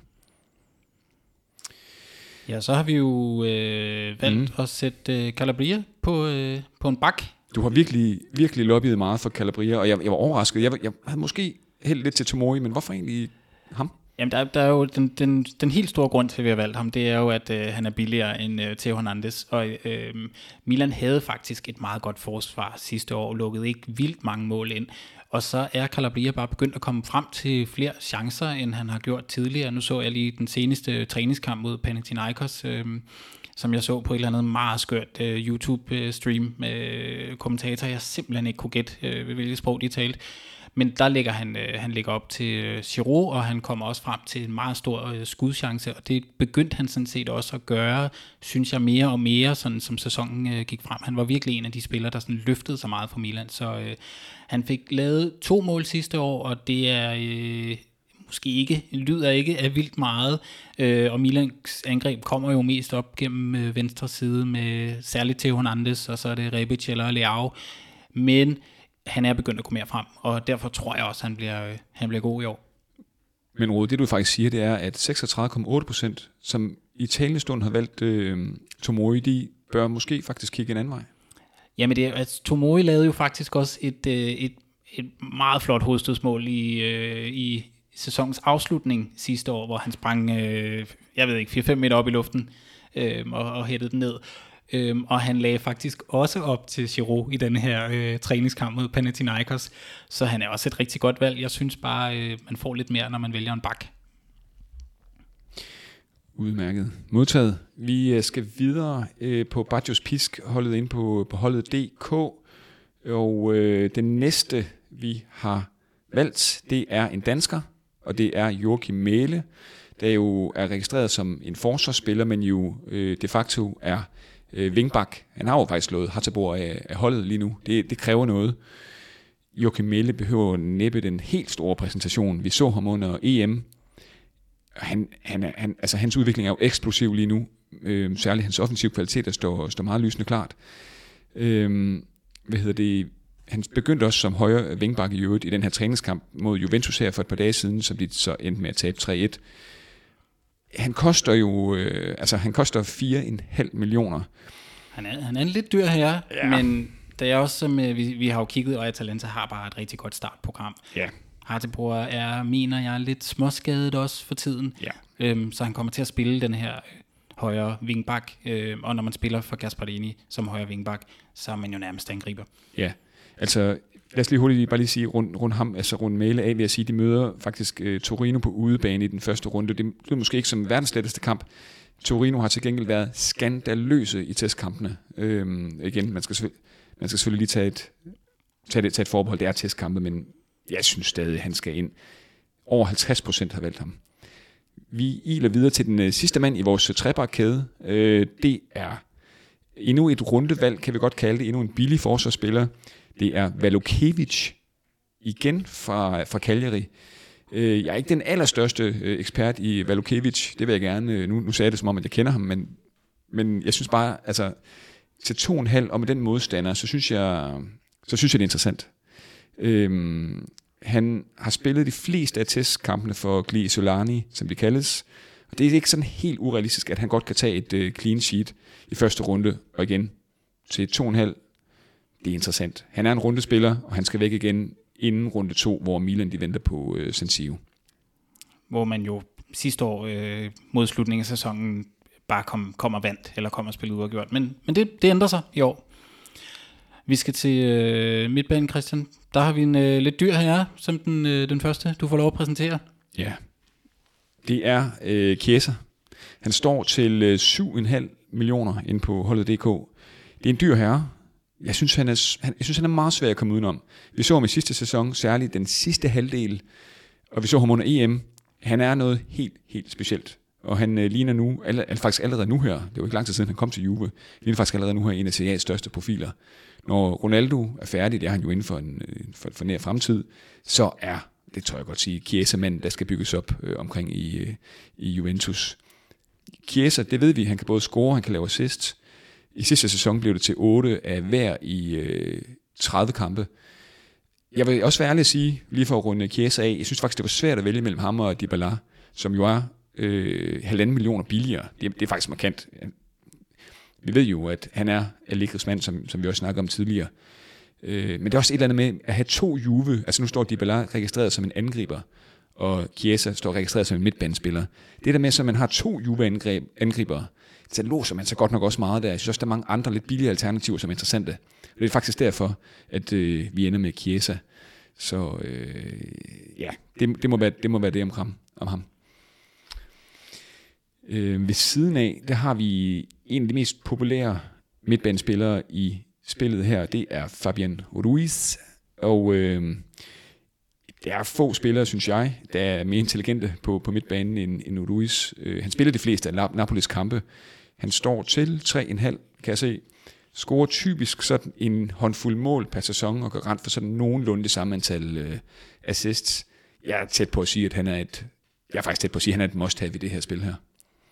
Ja, så har vi jo valgt at sætte Calabria på en bak. Du har virkelig lobbyet meget for Calabria, og jeg var overrasket. Jeg havde måske hældt lidt til Tomori, men hvorfor egentlig ham? Jamen, der er jo den helt store grund til, at vi har valgt ham, det er jo, at han er billigere end Theo Hernandez. Og Milan havde faktisk et meget godt forsvar sidste år, lukkede ikke vildt mange mål ind. Og så er Calabria bare begyndt at komme frem til flere chancer, end han har gjort tidligere. Nu så jeg lige den seneste træningskamp mod Panathinaikos, som jeg så på et eller andet meget skørt YouTube-stream med kommentatorer, jeg simpelthen ikke kunne gætte, hvilket sprog de talte. Men der ligger han ligger op til Giroud, og han kommer også frem til en meget stor skudchance, og det begyndte han sådan set også at gøre, synes jeg, mere og mere, sådan som sæsonen gik frem. Han var virkelig en af de spillere, der sådan løftede sig meget for Milan, så han fik lavet 2 mål sidste år, og det er måske ikke, lyder ikke af vildt meget, og Milans angreb kommer jo mest op gennem venstre side med særligt Theo Hernandez, og så er det Rebic eller Leao, men han er begyndt at gå mere frem, og derfor tror jeg også, at han bliver god i år. Men Rode, det du faktisk siger, det er, at 36,8%, som i talende stund har valgt Tomori, de bør måske faktisk kigge en anden vej. Jamen, Tomori lavede jo faktisk også et meget flot hovedstødsmål i sæsonens afslutning sidste år, hvor han sprang, 4-5 meter op i luften og hættede den ned. Og han lagde faktisk også op til Giroud i den her træningskamp mod Panathinaikos, så han er også et rigtig godt valg. Jeg synes bare, man får lidt mere, når man vælger en bak. Udmærket. Modtaget. Vi skal videre på Baccios Pisk, holdet ind på holdet.dk, og den næste, vi har valgt, det er en dansker, og det er Joachim Mähle, der jo er registreret som en forsvarsspiller, men jo de facto er wingback. Han har jo faktisk slået Hateboer af holdet lige nu. Det kræver noget. Joachim Mähle behøver næppe den helt store præsentation. Vi så ham under EM. Hans udvikling er jo eksplosiv lige nu. Særligt hans offensive kvalitet står meget lysende klart. Han begyndte også som højre wingback i øvrigt i den her træningskamp mod Juventus her for et par dage siden, som de så endte med at tabe 3-1. Han koster jo, han koster 4,5 millioner. Han er en lidt dyr herre, ja. Men det er også, som vi har jo kigget, og Atalanta har bare et rigtig godt startprogram. Ja. Hateboer mener jeg, lidt småskadet også for tiden. Ja. Så han kommer til at spille den her højre wingback, og når man spiller for Gasparini som højre wingback, så er man jo nærmest angriber. Ja, altså lad os lige hurtigt bare lige sige rundt ham, altså rundt Mähle af, vil jeg sige, de møder faktisk Torino på udebane i den første runde. Det er måske ikke som verdens letteste kamp. Torino har til gengæld været skandaløse i testkampene. Igen, man skal selvfølgelig lige tage et forbehold. Det er testkampe, men jeg synes stadig, han skal ind. Over 50% har valgt ham. Vi iler videre til den sidste mand i vores trebakkæde. Det er endnu et rundevalg, kan vi godt kalde det. Endnu en billig forsvarsspiller. Det er Valukevic, igen fra Cagliari. Jeg er ikke den allerstørste ekspert i Valukevic, det vil jeg gerne. Nu sagde jeg det som om, at jeg kender ham, men jeg synes bare, altså til 2,5 og med den modstander, så synes jeg det er interessant. Han har spillet de fleste af testkampene for Gli Solani, som de kaldes. Og det er ikke sådan helt urealistisk, at han godt kan tage et clean sheet i første runde, og igen til 2,5. Det er interessant. Han er en rundespiller, og han skal væk igen inden runde 2, hvor Milan de venter på San Siro. Hvor man jo sidste år mod slutningen af sæsonen bare kom og vandt, eller kom og spille uafgjort. Men det ændrer sig i år. Vi skal til midtbanen, Christian. Der har vi en lidt dyr herre, som den første, du får lov at præsentere. Ja, det er Chiesa. Han står til 7,5 millioner inde på holdet.dk. Det er en dyr herre. Jeg synes, han er meget svær at komme udenom. Vi så ham i sidste sæson, særligt den sidste halvdel, og vi så ham under EM. Han er noget helt, helt specielt. Og han ligner nu, faktisk allerede nu her, det var ikke lang tid siden, han kom til Juve, ligner faktisk allerede nu her en af Serie A's største profiler. Når Ronaldo er færdig, det er han jo inden for nær fremtid, så er, det tør jeg godt sige, Chiesa mand, der skal bygges op omkring i Juventus. Chiesa, det ved vi, han kan både score, han kan lave assist. I sidste sæson blev det til 8 af hver i 30 kampe. Jeg vil også være ærlig at sige, lige for at runde Chiesa af, jeg synes faktisk, det var svært at vælge mellem ham og Dybala, som jo er 1,5 millioner billigere. Det er faktisk markant. Vi ved jo, at han er Allegris mand, som vi også snakkede om tidligere. Men det er også et eller andet med at have 2 Juve. Altså nu står Dybala registreret som en angriber, og Chiesa står registreret som en midtbanespiller. Det der med, at man har 2 Juve-angribere, så låser man så godt nok også meget der. Jeg synes også, der er mange andre lidt billige alternativer, som er interessante. Det er faktisk derfor, at vi ender med Chiesa. Så det må være det om ham. Ved siden af, der har vi en af de mest populære midtbanespillere i spillet her. Det er Fabian Ruiz. Og der er få spillere, synes jeg, der er mere intelligente på midtbanen end Ruiz. Han spiller de fleste af Napolis kampe. Han står til 3,5, kan jeg se. Scorer typisk sådan en håndfuld mål per sæson og garant for sådan nogenlunde det samme antal assists. Jeg er tæt på at sige, at han er et must-have i det her spil her.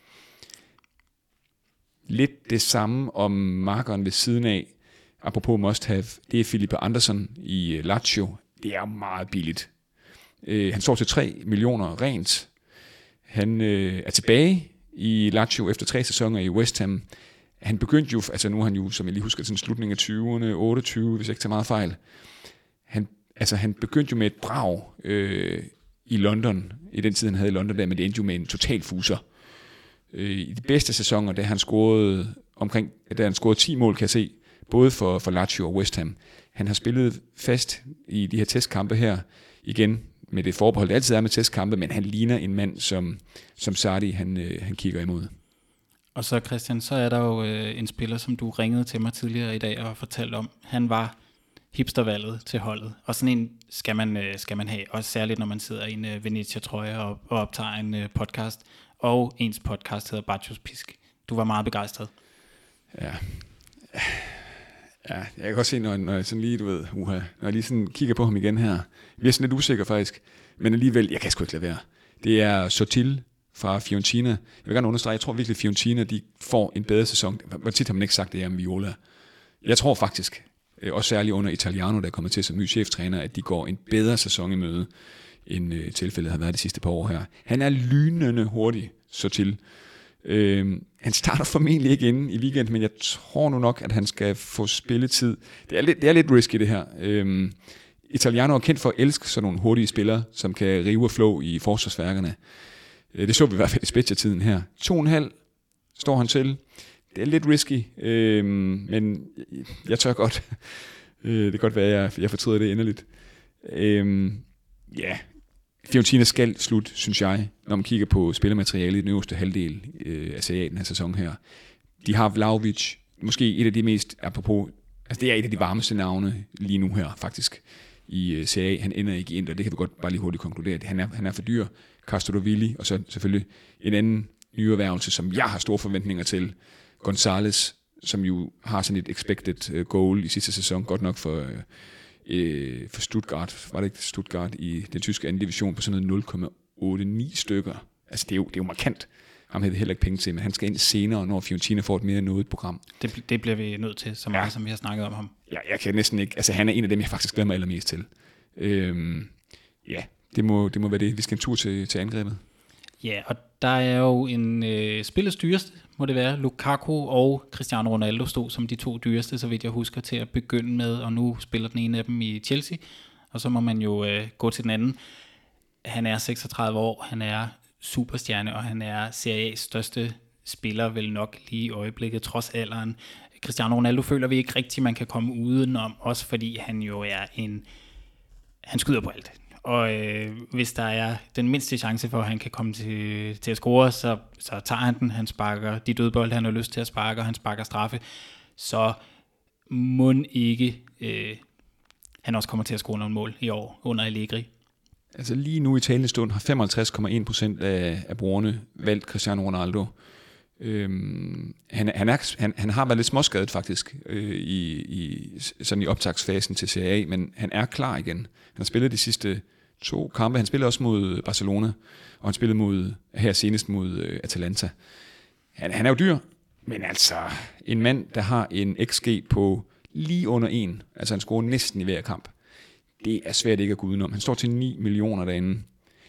Lidt det samme om markeren ved siden af, apropos must-have, det er Felipe Anderson i Lazio. Det er meget billigt. Han står til 3 millioner rent. Han er tilbage i Lazio efter 3 sæsoner i West Ham. Han begyndte jo, altså nu er han jo, som jeg lige husker, sådan slutningen af 20'erne, 28, hvis jeg ikke tager meget fejl. Han begyndte jo med et brag i London, i den tid han havde i London der, men det endte jo med en total fuser. I de bedste sæsoner, da han scorede 10 mål, kan jeg se, både for Lazio og West Ham. Han har spillet fast i de her testkampe her, igen med det forbehold, det altid er med testkampe, men han ligner en mand, som Sarri, han kigger imod. Og så Christian, så er der jo en spiller, som du ringede til mig tidligere i dag og fortalte om. Han var hipstervalget til holdet, og sådan en skal man have, også særligt når man sidder i en Venezia-trøje og optager en podcast, og ens podcast hedder Baccios Pisk. Du var meget begejstret. Ja, jeg kan godt se, når jeg sådan lige, når jeg lige sådan kigger på ham igen her, vi er sådan lidt usikker faktisk, men alligevel, jeg kan sgu ikke lade være. Det er Sotil fra Fiorentina. Jeg vil gerne understrege, jeg tror virkelig, at Fiorentina de får en bedre sæson. Hvor tit har man ikke sagt det her om Viola? Jeg tror faktisk, også særligt under Italiano, der er kommet til som ny cheftræner, at de går en bedre sæson i møde, end tilfældet har været de sidste par år her. Han er lynende hurtig, Sotil. Han starter formentlig ikke inde i weekenden, men jeg tror nu nok, at han skal få spilletid. Det er lidt risky det her. Italiano er kendt for at elske sådan nogle hurtige spillere, som kan rive og flå i forsvarsværkerne. Det så vi i hvert fald i Spezia-tiden her. 2,5 står han til. Det er lidt risky, men jeg tør godt. Det kan godt være, at jeg fortryder det endeligt. Fiorentina skal slut, synes jeg, når man kigger på spillermateriale i den øverste halvdel af Serie A den her sæson her. De har Vlahovic, måske et af de mest, apropos, altså det er et af de varmeste navne lige nu her, faktisk, i Serie A. Han ender ikke i Inter, det kan vi godt bare lige hurtigt konkludere. Han er for dyr. Castrovilli, og så selvfølgelig en anden nyerhvervelse, som jeg har store forventninger til. Gonzalez, som jo har sådan et expected goal i sidste sæson, godt nok for Stuttgart, var det ikke Stuttgart i den tyske anden division på sådan noget 0,89 stykker. Altså det er jo markant. Ham havde vi heller ikke penge til, men han skal ind senere, når Fiorentina får et mere nådigt program. Det bliver vi nødt til, så meget som vi har snakket om ham. Ja, jeg kan næsten ikke, altså han er en af dem, jeg faktisk glæder mig allermest til. Det må være det. Vi skal en tur til angrebet. Ja, og der er jo en spillets dyreste, må det være. Lukaku og Cristiano Ronaldo stod som de 2 dyreste, så vidt jeg husker, til at begynde med, og nu spiller den ene af dem i Chelsea, og så må man jo gå til den anden. Han er 36 år, han er superstjerne, og han er Serie A's største spiller, vel nok lige i øjeblikket, trods alderen. Cristiano Ronaldo føler vi ikke rigtigt, man kan komme udenom, også fordi han jo er han skyder på alt. Og hvis der er den mindste chance for, at han kan komme til at score, så tager han den. Han sparker de dødbolde, han har lyst til at sparke, og han sparker straffe. Så må ikke han også kommer til at score nogle mål i år under Allegri. Altså lige nu i talende stund har 55,1% af brugerne valgt Cristiano Ronaldo. Han har været lidt småskadet faktisk sådan i optagsfasen til Serie A, men han er klar igen. Han har spillet de sidste 2 kampe. Han spillede også mod Barcelona, og han spillede her senest mod Atalanta. Han er jo dyr, men altså en mand, der har en XG på lige under 1, altså han scorer næsten i hver kamp. Det er svært ikke at gå udenom. Han står til 9 millioner derinde.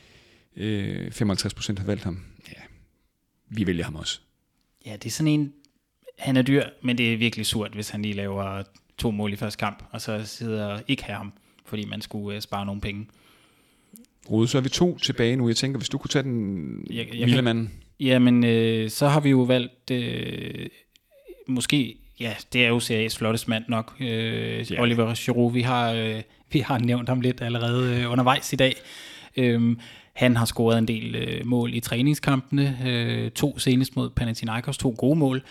55% har valgt ham. Ja, vi vælger ham også. Ja, det er sådan en, han er dyr, men det er virkelig surt, hvis han lige laver 2 mål i første kamp, og så sidder ikke her ham, fordi man skulle spare nogle penge. Rode, så er vi 2 tilbage nu. Jeg tænker, hvis du kunne tage den lille mand. Jamen, så har vi jo valgt, måske, ja, det er jo Series flotteste mand nok, Oliver Giroud. Vi har nævnt ham lidt allerede undervejs i dag. Han har scoret en del mål i træningskampene. 2 senest mod Panathinaikos, 2 gode mål.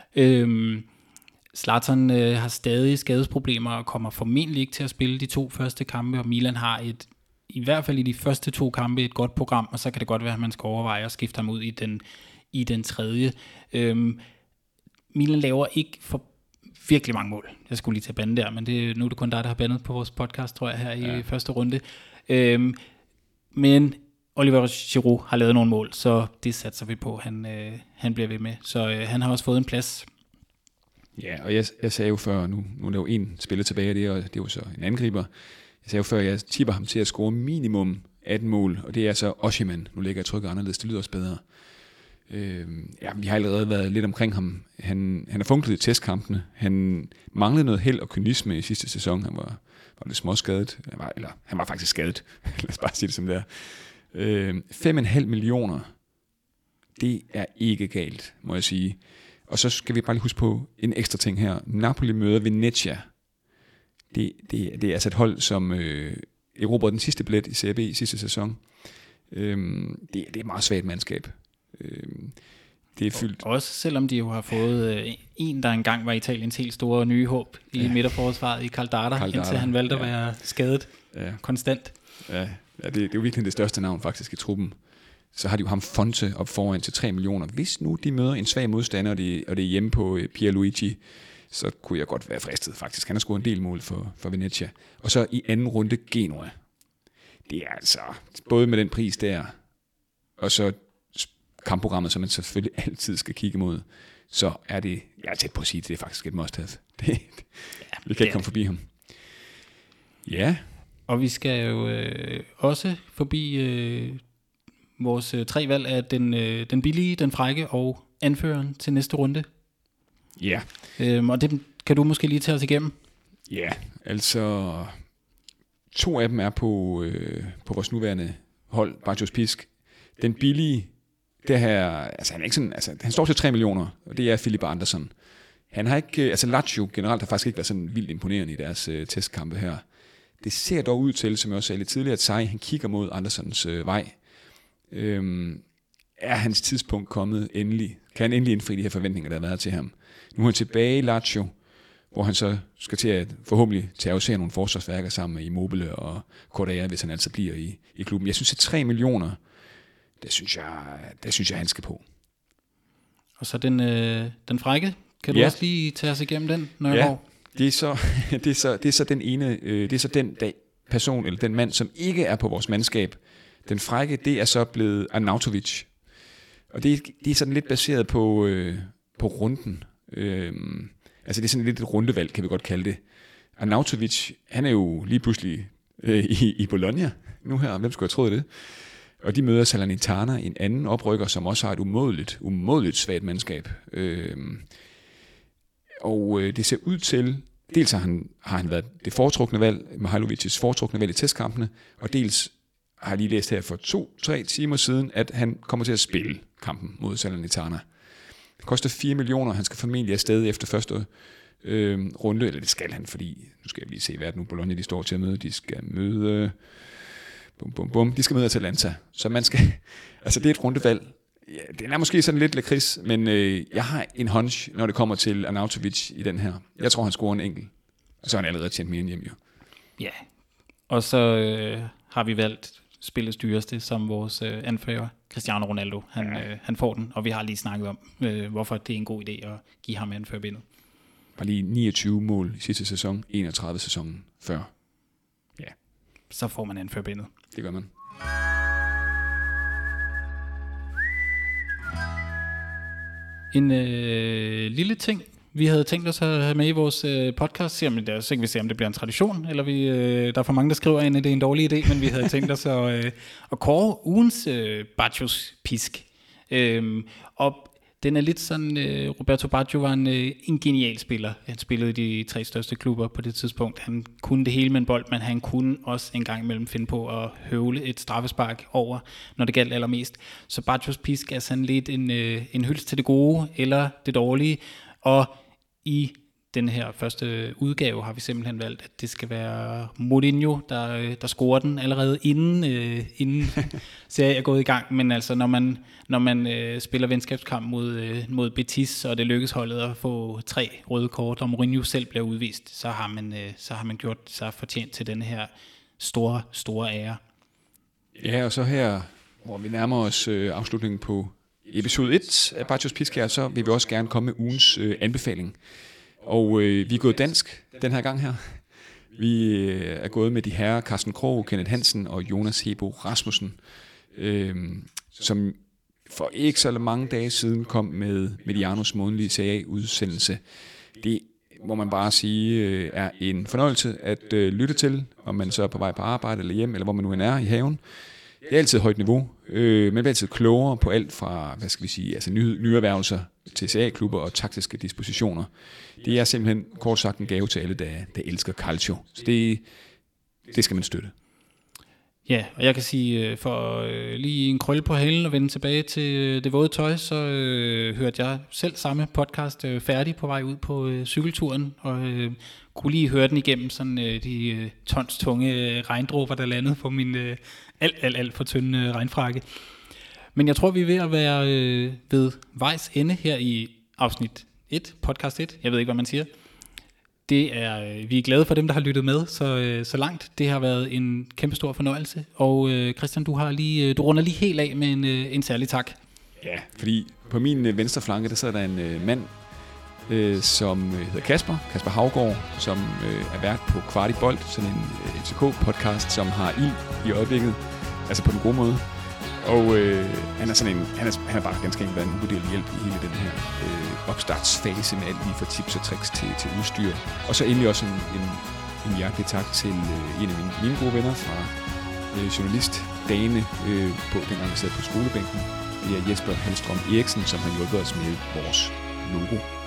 Zlatan har stadig skadesproblemer og kommer formentlig ikke til at spille de 2 første kampe, og Milan har i hvert fald i de første 2 kampe et godt program, og så kan det godt være, at man skal overveje at skifte ham ud i den tredje. Milan laver ikke for virkelig mange mål. Jeg skulle lige tage bande der, men nu er det kun dig, der har bandet på vores podcast, tror jeg, her i første runde. Men Oliver Giroud har lavet nogle mål, så det satser vi på, han bliver ved med. Så han har også fået en plads. Ja, og jeg sagde jo før, nu er der jo en spiller tilbage af det, og det er jo så en angriber. Jeg sagde jo før, jeg tipper ham til at score minimum 18 mål, og det er så Osimhen. Nu lægger jeg trykket anderledes, det lyder også bedre. Vi har allerede været lidt omkring ham. Han har funklet i testkampene. Han manglede noget held og kynisme i sidste sæson. Han var lidt småskadet. Han var faktisk skadet. Lad os bare sige det som det er. 5,5 millioner. Det er ikke galt, må jeg sige. Og så skal vi bare lige huske på en ekstra ting her. Napoli møder Venezia. Det er altså et hold, som erobrede den sidste billet i Serie B i sidste sæson. Det er et meget svagt mandskab. Det er fyldt. Også selvom de jo har fået en, der engang var Italiens helt store nye håb i midterforsvaret i Caldara, indtil han valgte at være skadet konstant. Ja, det er jo virkelig det største navn faktisk i truppen. Så har de jo ham Fonte op foran til 3 millioner. Hvis nu de møder en svag modstander, og det er hjemme på Pierluigi, så kunne jeg godt være fristet faktisk. Han har scoret en del mål for Venezia. Og så i anden runde Genoa. Det er altså både med den pris der, og så kampprogrammet, som man selvfølgelig altid skal kigge mod, så er det, jeg er tæt på at sige, det er faktisk et must-have. Vi kan ikke komme forbi ham. Ja. Og vi skal jo også forbi vores 3 valg af den billige, den frække og anføreren til næste runde. Ja. Og det kan du måske lige tage os igennem. Ja, altså 2 af dem er på vores nuværende hold, Bartosz Pisk. Den billige, det her, altså han er ikke sådan, altså han står til 3 millioner, og det er Filip Andersson. Han har ikke, altså Lazio generelt har faktisk ikke været sådan vildt imponerende i deres testkampe her. Det ser dog ud til, som jeg også sagde lidt tidligere, at Sarri, han kigger mod Anderssons vej. Er hans tidspunkt kommet endelig? Kan han endelig indfri de her forventninger, der har været til ham? Nu er han tilbage i Lazio, hvor han så skal til at forhåbentlig terrorisere nogle forsvarsværker sammen med Immobile og Correa, hvis han altså bliver i klubben. Jeg synes, at 3 millioner, det synes jeg, han skal på. Og så den frække. Kan du også lige tage os igennem den, når jeg går? Det er så den ene, det er så den person, eller den mand, som ikke er på vores mandskab. Den frække, det er så blevet Arnautovic. Og det er sådan lidt baseret på runden. Altså det er sådan lidt et rundevalg, kan vi godt kalde det. Arnautovic, han er jo lige pludselig i Bologna nu her. Hvem skulle have troet det? Og de møder Salernitana, en anden oprykker, som også har et umådeligt svagt mandskab. Og det ser ud til, dels har han været det foretrukne valg, Mihailovic's foretrukne valg i testkampene, og dels har jeg lige læst her for 2-3 timer siden, at han kommer til at spille kampen mod Salernitana. Det koster 4 millioner, han skal formentlig afsted efter første runde, eller det skal han, fordi, nu skal jeg lige se, hvad nu Bologna de står til at møde. De skal møde de skal møde Atalanta. Så man skal, altså det er et rundevalg. Ja, det er måske sådan lidt lakrids, men jeg har en hunch, når det kommer til Arnautovic i den her. Jeg tror, han scorer en enkelt. Og så har han allerede tjent mere end hjem, jo. Ja, og så har vi valgt spillets dyreste, som vores anfører Cristiano Ronaldo. Han får den, og vi har lige snakket om, hvorfor det er en god idé at give ham anførbindet. Bare lige 29 mål i sidste sæson, 31 sæsonen før. Ja. Så får man anførbindet. Det gør man. En lille ting, vi havde tænkt os at have med i vores podcast, så kan vi se, om det bliver en tradition, eller der er for mange, der skriver ind, at det er en dårlig idé, men vi havde tænkt os at kåre ugens Baccios pisk. Og den er lidt sådan, Roberto Baggio var en genial spiller. Han spillede i de 3 største klubber på det tidspunkt. Han kunne det hele med en bold, men han kunne også en gang imellem finde på at høvle et straffespark over, når det galt allermest. Så Baccios pisk er sådan lidt en hyldest til det gode eller det dårlige. Og i den her første udgave har vi simpelthen valgt, at det skal være Mourinho, der scorer den allerede inden serien er gået i gang. Men altså, når man spiller venskabskamp mod Betis, og det lykkes holdet at få 3 røde kort, og Mourinho selv bliver udvist, så har man gjort sig fortjent til den her store ære. Ja, og så her, hvor vi nærmer os afslutningen på episode 1 af Baccios pisk her, så vil vi også gerne komme med ugens anbefaling. Og vi er gået dansk den her gang her. Vi er gået med de herrer Carsten Krog, Kenneth Hansen og Jonas Hebo Rasmussen, som for ikke så mange dage siden kom med Medianos månedlige CA-udsendelse. Det må man bare sige er en fornøjelse at lytte til, om man så er på vej på arbejde eller hjem, eller hvor man nu end er i haven. Det er altid højt niveau, men man er altid klogere på alt fra, altså nyerhvervelser til CA-klubber og taktiske dispositioner. Det er simpelthen kort sagt en gave til alle, der elsker calcio. Så det skal man støtte. Ja, og jeg kan sige, for lige en krølle på halen og vende tilbage til det våde tøj, så hørte jeg selv samme podcast færdig på vej ud på cykelturen, og kunne lige høre den igennem sådan de tons tunge regndråber, der landede på min alt for tynde regnfrakke. Men jeg tror, vi er ved at være ved vejs ende her i afsnit 1, podcast 1. Jeg ved ikke, hvad man siger. Vi er glade for dem, der har lyttet med så langt. Det har været en kæmpe stor fornøjelse. Og Christian, du runder lige helt af med en særlig tak. Ja, fordi på min venstre flanke, der sidder der en mand, som hedder Kasper Havgård, som er vært på Kvart i Bold, sådan en FCK-podcast, som har i øjeblikket, altså på den gode måde. Og han er bare ganske enkelt en uvurderlig hjælp i hele den her opstartsfase med alt lige fra tips og tricks til udstyr. Og så endelig også en hjertelig tak til en af mine gode venner fra journalist Dane på dengang vi sad på skolebænken. Det er Jesper Hallstrøm Eriksen, som har hjulpet os med vores logo.